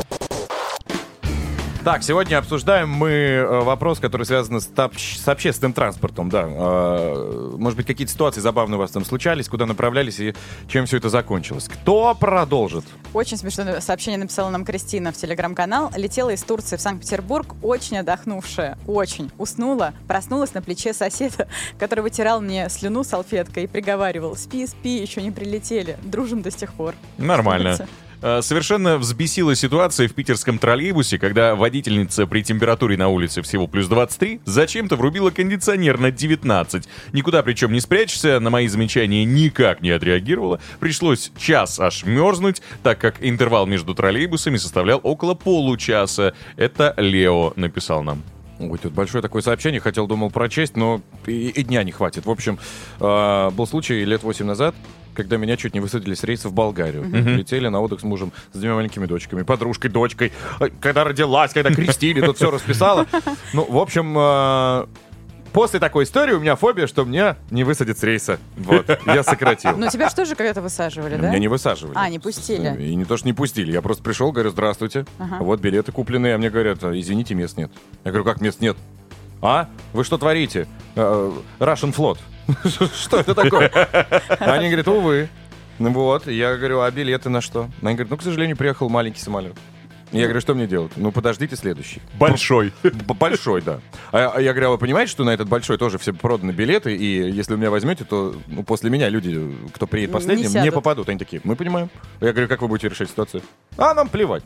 Так, сегодня обсуждаем мы вопрос, который связан с общественным транспортом, да. Может быть, какие-то ситуации забавные у вас там случались, куда направлялись и чем все это закончилось. Кто продолжит? Очень смешное сообщение написала нам Кристина в телеграм-канал. Летела из Турции в Санкт-Петербург, очень отдохнувшая, очень. Уснула, проснулась на плече соседа, который вытирал мне слюну салфеткой и приговаривал: спи, спи, еще не прилетели. Дружим до сих пор. Нормально. Совершенно взбесила ситуация в питерском троллейбусе, когда водительница при температуре на улице всего плюс 23 зачем-то врубила кондиционер на 19. Никуда причем не спрячешься, на мои замечания никак не отреагировала. Пришлось час аж мерзнуть, так как интервал между троллейбусами составлял около получаса. Это Лео написал нам. Ой, тут большое такое сообщение, думал прочесть, но и дня не хватит. В общем, был случай лет 8 назад, когда меня чуть не высадили с рейса в Болгарию. Летели на отдых с мужем, с 2 маленькими дочками, подружкой, дочкой. Когда родилась, когда крестили, тут все расписала. Ну, в общем, после такой истории у меня фобия, что меня не высадят с рейса. Вот, я сократил. Ну, тебя же тоже когда-то высаживали, да? Меня не высаживали. А, не пустили. И не то, что не пустили. Я просто пришел, говорю, здравствуйте. Вот билеты куплены. А мне говорят, извините, мест нет. Я говорю, как мест нет? А? Вы что творите? Russian Flot. Что это такое? Они говорят, увы. Вот, я говорю, а билеты на что? Они говорят, к сожалению, приехал маленький самолет. Я говорю, что мне делать? Подождите следующий. Большой. Большой, да. А я говорю, а вы понимаете, что на этот большой тоже все проданы билеты, и если вы меня возьмете, то после меня люди, кто приедет последним, не попадут. Они такие, мы понимаем. Я говорю, как вы будете решать ситуацию? А нам плевать.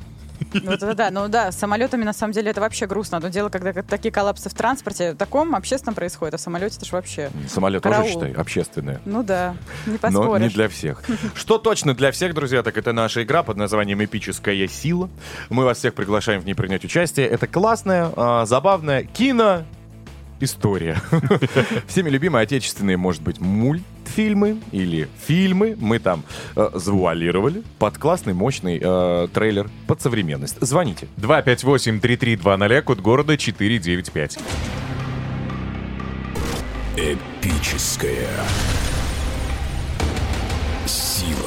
С самолетами на самом деле это вообще грустно. Одно дело, когда такие коллапсы в транспорте, в таком общественном происходит, а в самолете это же вообще самолет караул. Тоже, считай, общественное. Ну да, не поспоришь. Но не для всех. Что точно для всех, друзья, так это наша игра под названием «Эпическая сила». Мы вас всех приглашаем в ней принять участие. Это классная, забавная киноистория. Всеми любимые отечественные, может быть, мультфильмы или фильмы мы там завуалировали под классный, мощный трейлер под современность. Звоните. 258-3320, код города 495. Эпическая сила.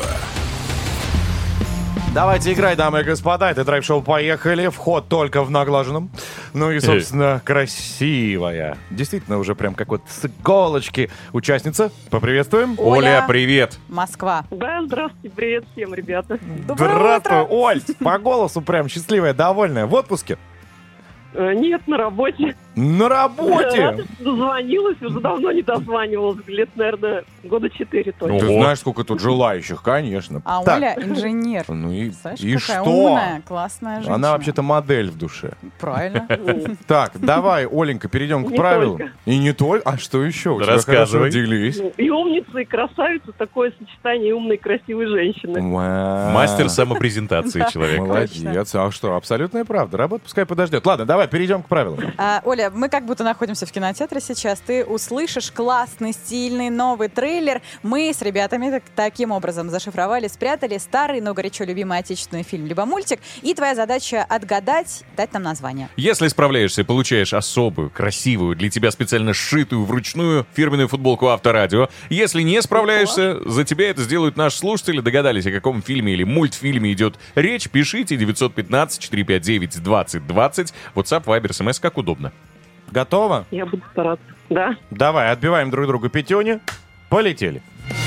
Давайте играть, дамы и господа. Это драйв-шоу «Поехали». Вход только в наглаженном. Ну и, собственно, красивая. Действительно, уже прям как вот с иголочки участница. Поприветствуем. Оля, привет. Москва. Да, здравствуйте, привет всем, ребята. Здравствуй, Оль. По голосу прям счастливая, довольная. В отпуске? Нет, на работе. На работе? Дозвонилась, уже давно не дозванивалась. Лет, наверное, года 4 точно. Ты знаешь, сколько тут желающих, конечно. А Оля инженер. Ну и какая что? умная, классная женщина. Она вообще-то модель в душе. Правильно. Так, давай, Оленька, перейдем к Не правилам. только. И не только. А что еще? У тебя Рассказывай. хорошо делись. И умница, и красавица. Такое сочетание умной и красивой женщины. Мастер самопрезентации человек. Молодец. А что, абсолютная правда. Работа пускай подождет. Ладно, давай перейдем к правилам. Оля, мы как будто находимся в кинотеатре сейчас. Ты услышишь классный, стильный, новый трейлер. Мы с ребятами таким образом зашифровали, спрятали старый, но горячо любимый отечественный фильм либо мультик. И твоя задача отгадать, дать нам название. Если справляешься, получаешь особую, красивую, для тебя специально сшитую вручную фирменную футболку Авторадио. Если не справляешься, за тебя это сделают наши слушатели. Догадались, о каком фильме или мультфильме идет речь? Пишите 915-459-2020. WhatsApp, Viber, SMS, как удобно. Готово? Я буду стараться. Да. Давай, отбиваем друг другу пятюни. Полетели.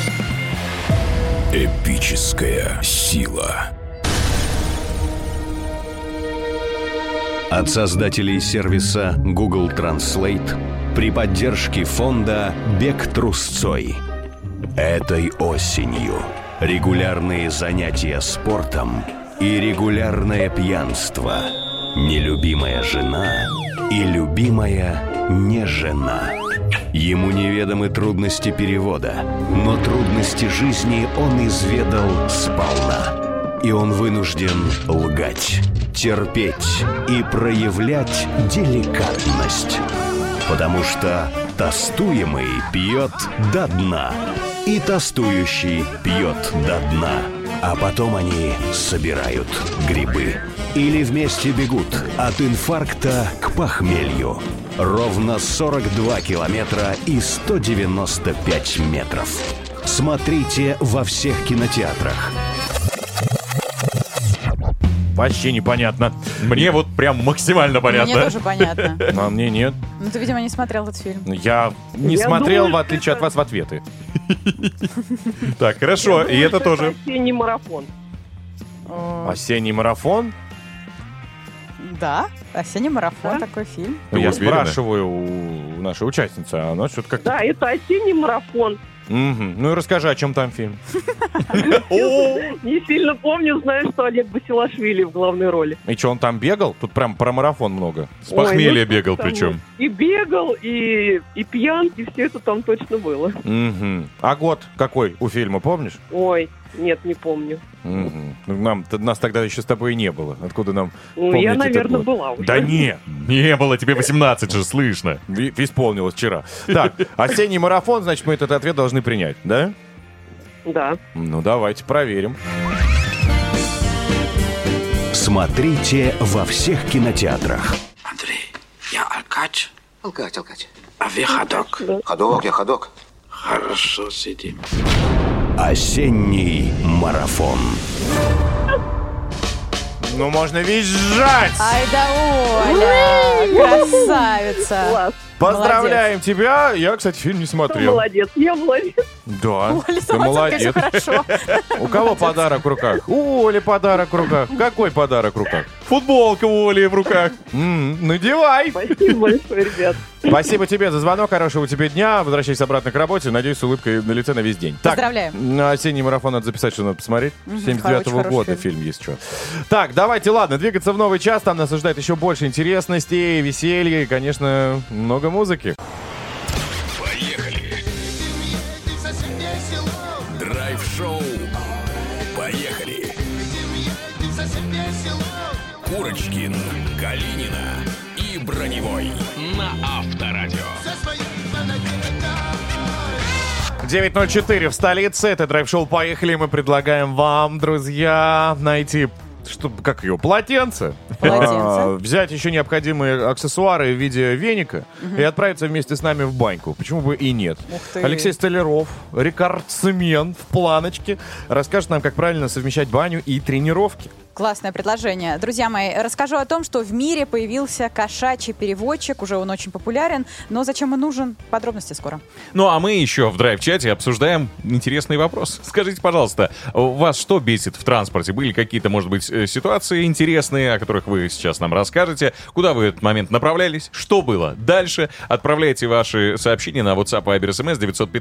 Эпическая сила. От создателей сервиса Google Translate при поддержке фонда «Бег трусцой». Этой осенью регулярные занятия спортом и регулярное пьянство. Нелюбимая жена и любимая не жена. Ему неведомы трудности перевода, но трудности жизни он изведал сполна. И он вынужден лгать, терпеть и проявлять деликатность. Потому что тостуемый пьет до дна, и тостующий пьет до дна. А потом они собирают грибы. Или вместе бегут от инфаркта к похмелью. Ровно 42 километра и 195 метров. Смотрите во всех кинотеатрах. Вообще непонятно. Мне вот прям максимально понятно. Мне тоже понятно. А мне нет. Ну, ты, видимо, не смотрел этот фильм. Я не смотрел, в отличие от вас, в ответы. Так, хорошо, и это тоже. Осенний марафон. Осенний марафон? Да, осенний марафон, такой фильм. Я уверена? спрашиваю у нашей участницы, а она что-то как-то... Да, это осенний марафон. Ну и расскажи, о чем там фильм. Не сильно помню, знаю, что Олег Басилашвили в главной роли. И что, он там бегал? Тут прям про марафон много. С похмелья Ой, ну, бегал там причем. И бегал, и пьян, и все это там точно было. А год какой у фильма, помнишь? Ой, нет, не помню. Ну, нас тогда еще с тобой и не было. Откуда нам Ну, помнить я, этот наверное, год? была уже. Да нет, Не было, тебе 18 же, слышно. исполнилось вчера. Так, осенний марафон, значит, мы этот ответ должны принять, да? Да. Ну, давайте проверим. Смотрите во всех кинотеатрах. Андрей, я Алкач. Алкач. А вы ходок. Ходок, я ходок. Хорошо, сидим. Осенний марафон. Ну, можно визжать! Ай да Оля! Красавица! Класс. Поздравляем тебя! Я, кстати, фильм не смотрел. Молодец, я молодец. Да, Оля, ты молодец. всё хорошо. У кого подарок в руках? У Оли подарок в руках. Какой подарок в руках? Футболка у Оли в руках. Надевай! Спасибо большое, ребят. Спасибо тебе за звонок, хорошего тебе дня. Возвращайся обратно к работе. Надеюсь, с улыбкой на лице на весь день. Так, Поздравляем. на осенний марафон надо записать, что надо посмотреть. 79-го хороший года фильм есть что. Так, давайте, ладно, двигаться в новый час. Там нас ожидает еще больше интересностей, веселья и, конечно, много музыки. Драйв-шоу. Поехали. Курочкин, Калинина и Броневой на Авторадио. 9:04 в столице. Это драйв-шоу «Поехали». Мы предлагаем вам, друзья, найти... как ее, полотенце. Взять еще необходимые аксессуары в виде веника и отправиться вместе с нами в баньку. Почему бы и нет? Алексей Столяров, рекордсмен в планочке, расскажет нам, как правильно совмещать баню и тренировки. Классное предложение. Друзья мои, расскажу о том, что в мире появился кошачий переводчик. Уже он очень популярен. Но зачем он нужен? Подробности скоро. Ну, а мы еще в драйв-чате обсуждаем интересный вопрос. Скажите, пожалуйста, вас что бесит в транспорте? Были какие-то, может быть, ситуации интересные, о которых вы сейчас нам расскажете? Куда вы в этот момент направлялись? Что было дальше? Отправляйте ваши сообщения на WhatsApp, Viber, SMS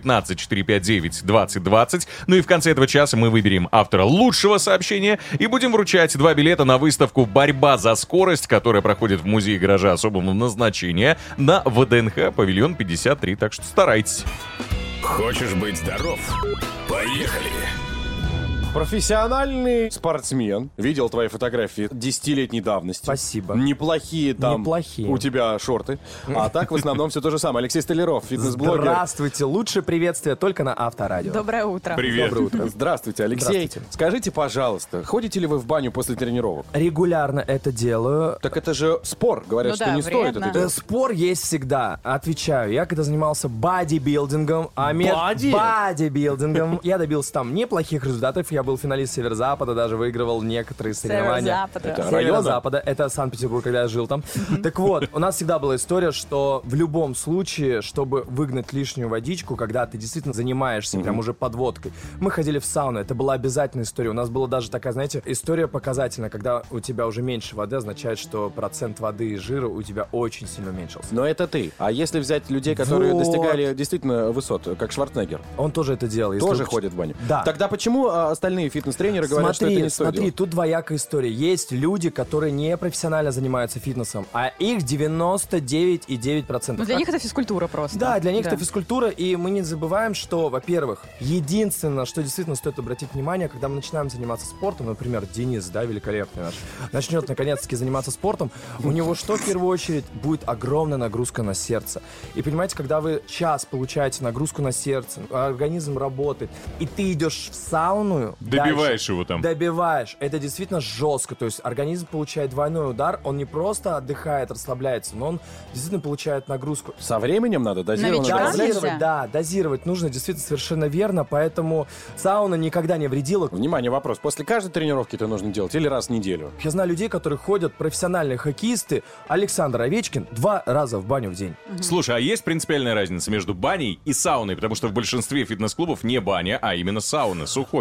915-459-2020. Ну и в конце этого часа мы выберем автора лучшего сообщения и будем вручать 2 билета на выставку «Борьба за скорость», которая проходит в музее гаража особого назначения на ВДНХ, павильон 53. Так что старайтесь. Хочешь быть здоров? Поехали! Профессиональный спортсмен. Видел твои фотографии 10-летней давности. Спасибо. Неплохие там у тебя шорты. А так в основном все то же самое. Алексей Столяров, фитнес-блогер. Здравствуйте. Лучшее приветствие только на Авторадио. Доброе утро. Привет. Доброе утро. Здравствуйте, Алексей. Здравствуйте. Скажите, пожалуйста, ходите ли вы в баню после тренировок? Регулярно это делаю. Так это же спор. Говорят, Ну что да, не стоит вредно. это делать. Спор есть всегда. Отвечаю. Я когда занимался бодибилдингом, бодибилдингом, я добился там неплохих результатов. Я был финалист Северо-Запада, даже выигрывал некоторые соревнования. Северо-Запада. Северо-Запада. Это Санкт-Петербург, когда я жил там. Так вот, у нас всегда была история, что в любом случае, чтобы выгнать лишнюю водичку, когда ты действительно занимаешься прям уже подводкой, мы ходили в сауну. Это была обязательная история. У нас была даже такая, знаете, история показательная, когда у тебя уже меньше воды, означает, что процент воды и жира у тебя очень сильно уменьшился. Но это ты. А если взять людей, которые Вот. достигали действительно высот, как Шварценеггер, Он тоже это делал. Если тоже вы- ходит в баню? Да. Тогда почему остальные фитнес-тренеры говорят, что это не стоит Смотри, делать? тут двоякая история. Есть люди, которые не профессионально занимаются фитнесом, а их 99,9%. Ну, для них это физкультура просто. Да, для них это физкультура, и мы не забываем, что, во-первых, единственное, что действительно стоит обратить внимание, когда мы начинаем заниматься спортом, например, Денис, да, великолепный наш, начнет наконец-таки заниматься спортом, у него что в первую очередь будет огромная нагрузка на сердце. И понимаете, когда вы час получаете нагрузку на сердце, организм работает, и ты идешь в сауну, Добиваешь дальше, его там. Добиваешь. Это действительно жестко. То есть организм получает двойной удар, он не просто отдыхает, расслабляется, но он действительно получает нагрузку. Со временем надо дозировать. Новичкам Дозировать, нельзя. да, дозировать нужно действительно совершенно верно, поэтому сауна никогда не вредила. Внимание, вопрос. После каждой тренировки это нужно делать или раз в неделю? Я знаю людей, которые ходят, профессиональные хоккеисты. Александр Овечкин 2 раза в баню в день. Слушай, а есть принципиальная разница между баней и сауной? Потому что в большинстве фитнес-клубов не баня, а именно сауна, сухой пар. Ну,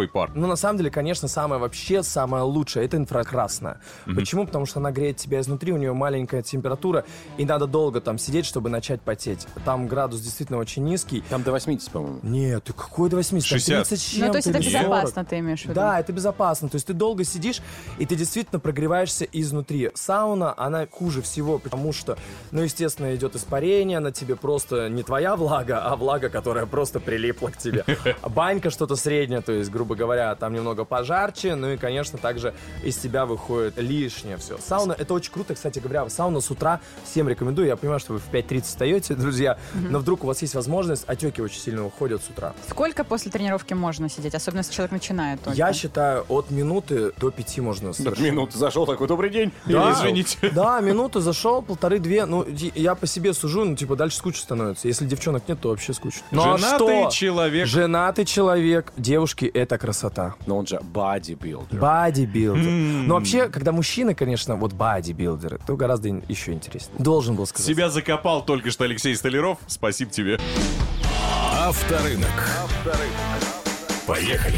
на самом деле, конечно, самое лучшее — это инфракрасная. Почему? Потому что она греет тебя изнутри, у нее маленькая температура, и надо долго там сидеть, чтобы начать потеть. Там градус действительно очень низкий. Там до 80, по-моему. Нет, ты какой до 80? 60. 30 с чем-то. Ну, то есть это безопасно, ты имеешь в виду? Да, это безопасно. То есть ты долго сидишь, и ты действительно прогреваешься изнутри. Сауна, она хуже всего, потому что, ну, естественно, идет испарение, на тебе просто не твоя влага, а влага, которая просто прилипла к тебе. Банька что-то среднее, то есть, грубо говоря, там немного пожарче, ну и, конечно, также из тебя выходит лишнее все. Сауна, это очень круто, кстати говоря, сауна с утра всем рекомендую. Я понимаю, что вы в 5:30 встаете, друзья, но вдруг у вас есть возможность, отеки очень сильно уходят с утра. Сколько после тренировки можно сидеть, особенно если человек начинает только? Я считаю, от минуты до 5 можно совершить. Минуты зашел такой, добрый день. Да, извините. Да, минуту зашел, 1,5-2. Ну, я по себе сужу, ну, типа, дальше скучно становится. Если девчонок нет, то вообще скучно. Ну, Женатый человек. Женатый человек. Девушки, это красота. Но он же бодибилдер. Бодибилдер. Но вообще, когда мужчины, конечно, вот бодибилдеры, то гораздо еще интереснее. Должен был сказать. Себя закопал только что Алексей Столяров. Спасибо тебе. Авторынок. Поехали.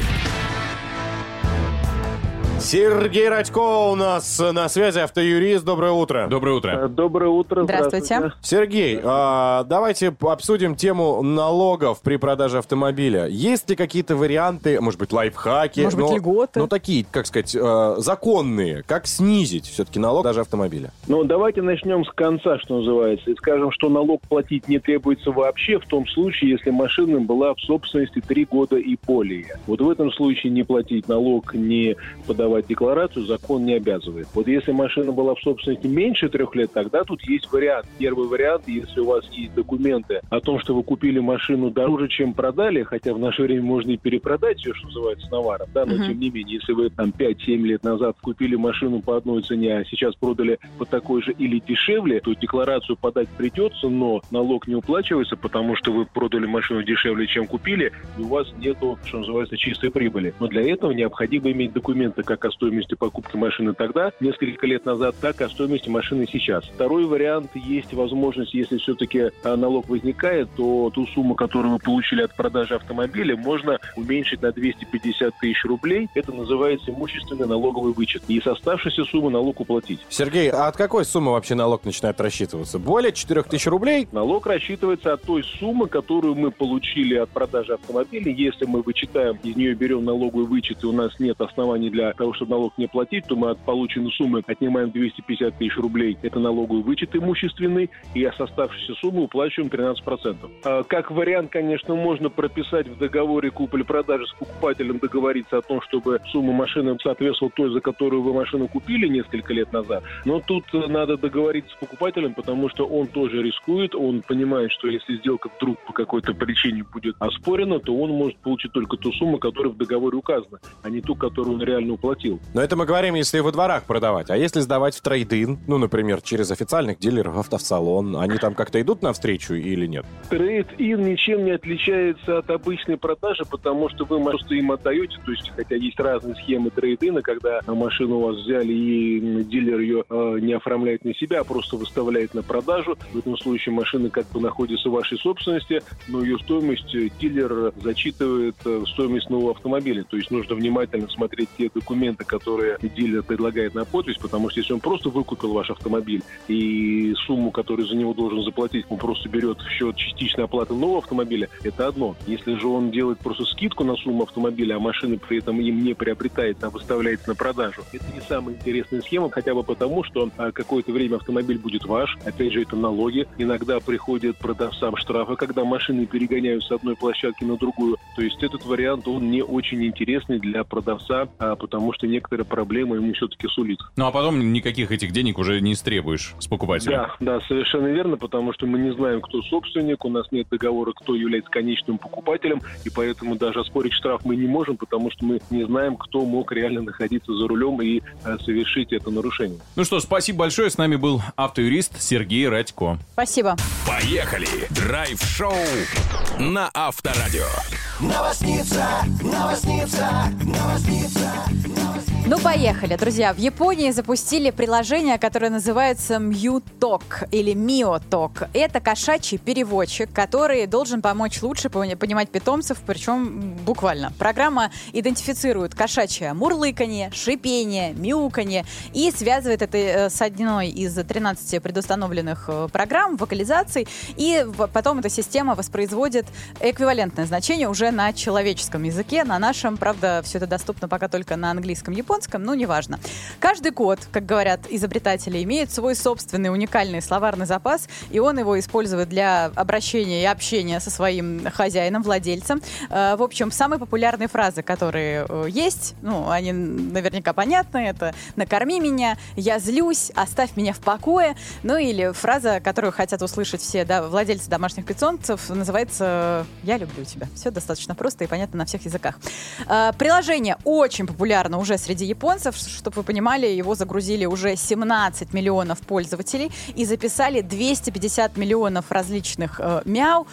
Сергей Радько у нас на связи, автоюрист. Доброе утро. Доброе утро. Доброе утро. Здравствуйте. Сергей, давайте обсудим тему налогов при продаже автомобиля. Есть ли какие-то варианты, может быть, лайфхаки? Может быть, льготы? Ну, такие, как сказать, законные. Как снизить все-таки налог даже автомобиля? Ну, давайте начнем с конца, что называется, и скажем, что налог платить не требуется вообще в том случае, если машина была в собственности 3 года и более. Вот в этом случае не платить налог, не подавать декларацию закон не обязывает. Вот если машина была в собственности меньше 3 лет, тогда тут есть вариант. Первый вариант, если у вас есть документы о том, что вы купили машину дороже, чем продали, хотя в наше время можно и перепродать все, что называется, с наваром, да, но тем не менее, если вы там 5-7 лет назад купили машину по одной цене, а сейчас продали по такой же или дешевле, то декларацию подать придется, но налог не уплачивается, потому что вы продали машину дешевле, чем купили, и у вас нету, что называется, чистой прибыли. Но для этого необходимо иметь документы как о стоимости покупки машины тогда, несколько лет назад, так и о стоимости машины сейчас. Второй вариант, есть возможность, если все-таки налог возникает, то ту сумму, которую вы получили от продажи автомобиля, можно уменьшить на 250 тысяч рублей. Это называется имущественный налоговый вычет. И с оставшейся суммы налог уплатить. Сергей, а от какой суммы вообще налог начинает рассчитываться? Более 4000 рублей? Налог рассчитывается от той суммы, которую мы получили от продажи автомобиля. Если мы вычитаем, из нее берем налоговый вычет, и у нас нет оснований для того, чтобы налог не платить, то мы от полученной суммы отнимаем 250 тысяч рублей. Это налоговый вычет имущественный, и с оставшейся суммы уплачиваем 13%. Как вариант, конечно, можно прописать в договоре купли-продажи с покупателем, договориться о том, чтобы сумма машины соответствовала той, за которую вы машину купили несколько лет назад. Но тут надо договориться с покупателем, потому что он тоже рискует, он понимает, что если сделка вдруг по какой-то причине будет оспорена, то он может получить только ту сумму, которая в договоре указана, а не ту, которую он реально уплатил. Но это мы говорим, если во дворах продавать. А если сдавать в трейд-ин, ну, например, через официальных дилеров, автосалон, они там как-то идут навстречу или нет? Трейд-ин ничем не отличается от обычной продажи, потому что вы просто им отдаете, то есть, хотя есть разные схемы трейд-ина, когда машину у вас взяли и дилер ее не оформляет на себя, а просто выставляет на продажу. В этом случае машина как бы находится в вашей собственности, но ее стоимость дилер зачитывает в стоимость нового автомобиля. То есть нужно внимательно смотреть те документы, которые дилер предлагает на подпись, потому что если он просто выкупил ваш автомобиль и сумму, которую за него должен заплатить, он просто берет в счет частичной оплаты нового автомобиля, это одно. Если же он делает просто скидку на сумму автомобиля, а машины при этом им не приобретается, а выставляется на продажу, это не самая интересная схема, хотя бы потому, что какое-то время автомобиль будет ваш, опять же, это налоги. Иногда приходят продавцам штрафы, когда машины перегоняют с одной площадки на другую. То есть этот вариант, он не очень интересный для продавца, потому что некоторые проблемы ему все-таки сулит. Ну, а потом никаких этих денег уже не истребуешь с покупателя. Да, совершенно верно, потому что мы не знаем, кто собственник, у нас нет договора, кто является конечным покупателем, и поэтому даже оспорить штраф мы не можем, потому что мы не знаем, кто мог реально находиться за рулем и совершить это нарушение. Ну что, спасибо большое. С нами был автоюрист Сергей Радько. Спасибо. Поехали! Драйв-шоу на Авторадио. Новосница, новосница, новосница, новосница. Ну, поехали, друзья. В Японии запустили приложение, которое называется MewTalk или MioTalk. Это кошачий переводчик, который должен помочь лучше понимать питомцев, причем буквально. Программа идентифицирует кошачье мурлыканье, шипение, мяуканье и связывает это с одной из 13 предустановленных программ, вокализаций, и потом эта система воспроизводит эквивалентное значение уже на человеческом языке, на нашем. Правда, все это доступно пока только на английском, японском, но неважно. Каждый кот, как говорят изобретатели, имеет свой собственный уникальный словарный запас, и он его использует для обращения и общения со своим хозяином, владельцем. В общем, самые популярные фразы, которые есть, ну, они наверняка понятны, это «накорми меня», «я злюсь», «оставь меня в покое», ну или фраза, которую хотят услышать все владельцы домашних питомцев, называется «я люблю тебя». Все достаточно просто и понятно на всех языках. Приложение очень популярно уже среди японцев, чтобы вы понимали, его загрузили уже 17 миллионов пользователей и записали 250 миллионов различных мяу.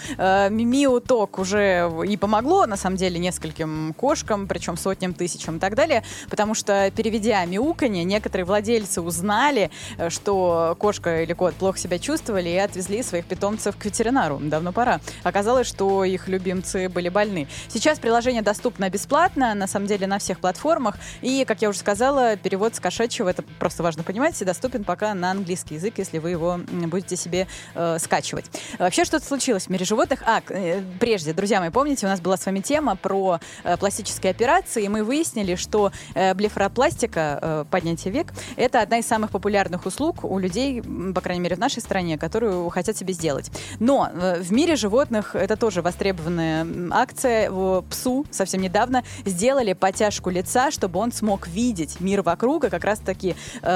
MewTalk уже и помогло, на самом деле, нескольким кошкам, причем сотням, тысячам и так далее, потому что, переведя мяуканье, некоторые владельцы узнали, что кошка или кот плохо себя чувствовали и отвезли своих питомцев к ветеринару. Давно пора. Оказалось, что их любимцы были больны. Сейчас приложение доступно бесплатно, на самом деле, на всех платформах, и, как я уже сказала, перевод с кошачьего, это просто важно понимать, доступен пока на английский язык, если вы его будете себе скачивать. Вообще, что-то случилось в мире животных. Прежде, друзья мои, помните, у нас была с вами тема про пластические операции, и мы выяснили, что блефаропластика, поднятие век, это одна из самых популярных услуг у людей, по крайней мере, в нашей стране, которую хотят себе сделать. Но в мире животных это тоже востребованная акция. Псу совсем недавно сделали подтяжку лица, чтобы он смог видеть мир вокруг, и как раз-таки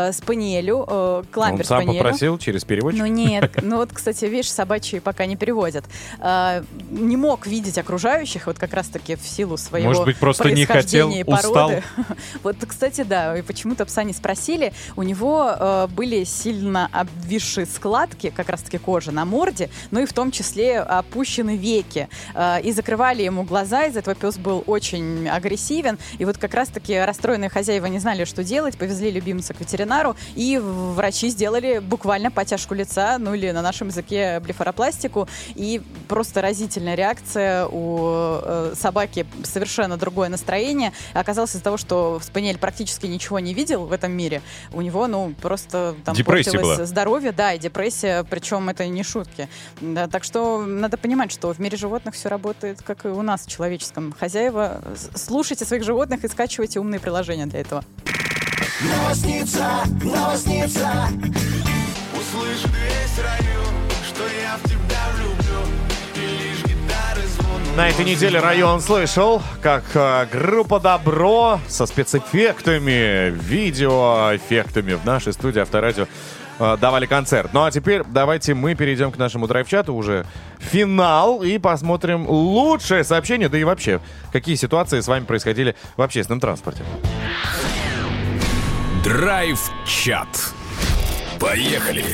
спаниелю, кламбер-спаниелю. Он сам попросил через переводчик? Ну нет, ну вот, кстати, видишь, собачьи пока не переводят. Не мог видеть окружающих, вот как раз-таки в силу своего может быть, просто не хотел, и устал. породы. Вот, кстати, да, и почему-то пса не спросили. У него были сильно обвисшие складки, как раз-таки кожи на морде, ну и в том числе опущены веки. И закрывали ему глаза, из-за этого пес был очень агрессивен. И вот как раз-таки расстроенные хозяева не знали, что делать, повезли любимца к ветеринару, и врачи сделали буквально подтяжку лица, ну или на нашем языке блефаропластику, и просто разительная реакция у собаки, совершенно другое настроение. Оказалось, из-за того, что спаниель практически ничего не видел в этом мире, у него, ну, просто там портилось здоровье, да, и депрессия, причем это не шутки. Да, так что надо понимать, что в мире животных все работает, как и у нас в человеческом. Хозяева, слушайте своих животных и скачивайте умные приложения для этого. Новосница, услышит весь район, что я в тебя влюблю, и лишь гитары звон. На этой неделе район слышал, как группа Добро со спецэффектами, видеоэффектами в нашей студии Авторадио давали концерт. Ну а теперь давайте мы перейдем к нашему драйв-чату, уже финал, и посмотрим лучшее сообщение, да и вообще, какие ситуации с вами происходили в общественном транспорте. Драйв-чат. Поехали!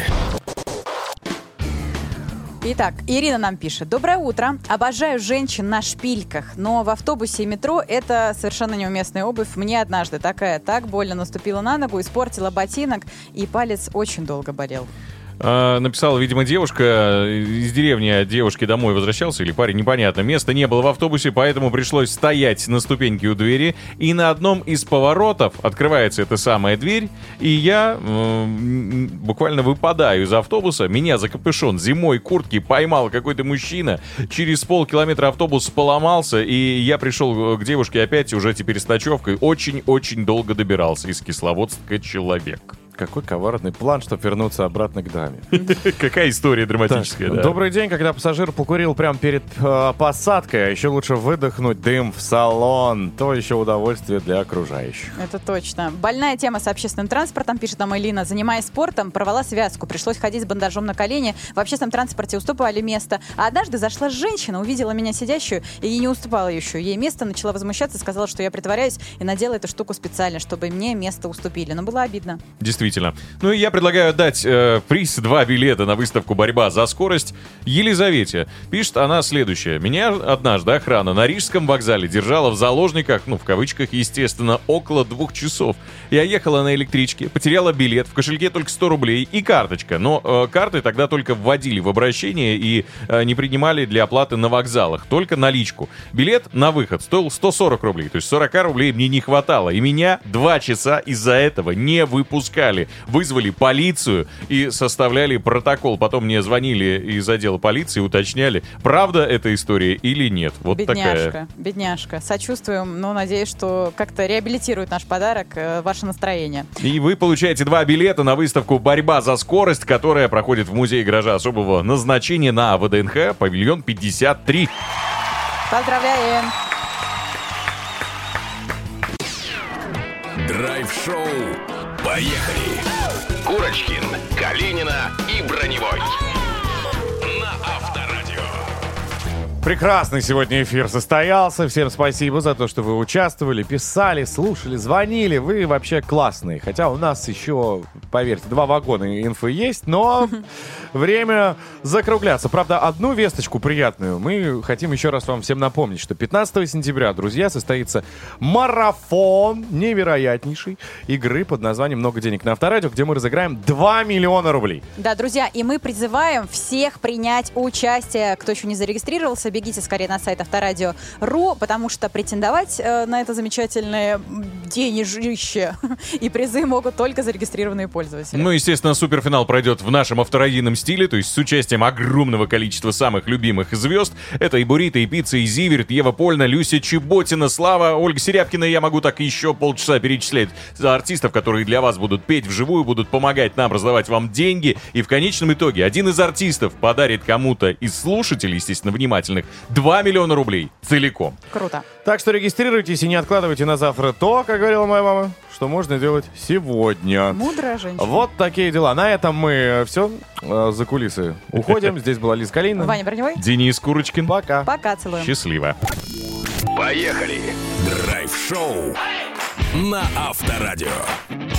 Итак, Ирина нам пишет. Доброе утро. Обожаю женщин на шпильках, но в автобусе и метро это совершенно неуместная обувь. Мне однажды такая так больно наступила на ногу, испортила ботинок, и палец очень долго болел. Написала, видимо, девушка из деревни, от девушки домой возвращался, или парень, непонятно. Места не было в автобусе, поэтому пришлось стоять на ступеньке у двери. И на одном из поворотов открывается эта самая дверь, и я буквально выпадаю из автобуса. Меня за капюшон зимой куртки поймал какой-то мужчина. Через полкилометра автобус поломался, и я пришел к девушке опять уже теперь с ночевкой. Очень-очень долго добирался из Кисловодска человек. Какой коварный план, чтобы вернуться обратно к даме. Какая история драматическая, да. Добрый день, когда пассажир покурил прямо перед посадкой, а еще лучше выдохнуть дым в салон. То еще удовольствие для окружающих. Это точно. Больная тема с общественным транспортом, пишет нам Элина. Занимаясь спортом, порвала связку. Пришлось ходить с бандажом на колени. В общественном транспорте уступали место. А однажды зашла женщина, увидела меня сидящую, и ей не уступала еще. Ей место, начала возмущаться, сказала, что я притворяюсь, и надела эту штуку специально, чтобы мне место уступили. Но было обидно. Действительно. действительно. Ну и я предлагаю отдать приз 2 билета на выставку «Борьба за скорость» Елизавете. Пишет она следующее. Меня однажды охрана на Рижском вокзале держала в заложниках, ну, в кавычках, естественно, около 2 часов. Я ехала на электричке, потеряла билет, в кошельке только 100 рублей и карточка. Но карты тогда только вводили в обращение и не принимали для оплаты на вокзалах, только наличку. Билет на выход стоил 140 рублей, то есть 40 рублей мне не хватало. И меня 2 часа из-за этого не выпускали. Вызвали полицию и составляли протокол. Потом мне звонили из отдела полиции, уточняли, правда эта история или нет. Вот такая. Бедняжка. Сочувствуем, но надеюсь, что как-то реабилитирует наш подарок ваше настроение. И вы получаете 2 билета на выставку «Борьба за скорость», которая проходит в музее гаража особого назначения на ВДНХ, павильон 53. Поздравляем! Драйв-шоу. Поехали! Курочкин, Калинина и Броневой. На Авторадио. Прекрасный сегодня эфир состоялся. Всем спасибо за то, что вы участвовали, писали, слушали, звонили. Вы вообще классные. Хотя у нас еще, поверьте, 2 вагона инфы есть, но время закругляться. Правда, одну весточку приятную мы хотим еще раз вам всем напомнить, что 15 сентября, друзья, состоится марафон невероятнейшей игры под названием «Много денег на Авторадио», где мы разыграем 2 миллиона рублей. Да, друзья, и мы призываем всех принять участие. Кто еще не зарегистрировался, бегите скорее на сайт Авторадио.ру, потому что претендовать на это замечательное денежище и призы могут только зарегистрированные пользователи. Ну, естественно, суперфинал пройдет в нашем авторадийном стиле, то есть с участием огромного количества самых любимых звезд. Это и Бурито, и Пицца, и Зиверт, Ева Польна, Люся Чеботина, Слава, Ольга Серябкина. Я могу так еще полчаса перечислять за артистов, которые для вас будут петь вживую, будут помогать нам раздавать вам деньги. И в конечном итоге один из артистов подарит кому-то из слушателей, естественно, внимательных, 2 миллиона рублей целиком. Круто. Так что регистрируйтесь и не откладывайте на завтра то, как говорила моя мама, что можно делать сегодня. Мудрая женщина. Вот такие дела. На этом мы все за кулисы уходим. Здесь была Лиза Калинина. Ваня Броневой. Денис Курочкин. Пока. Пока, целуем. Счастливо. Поехали! Драйв-шоу на Авторадио.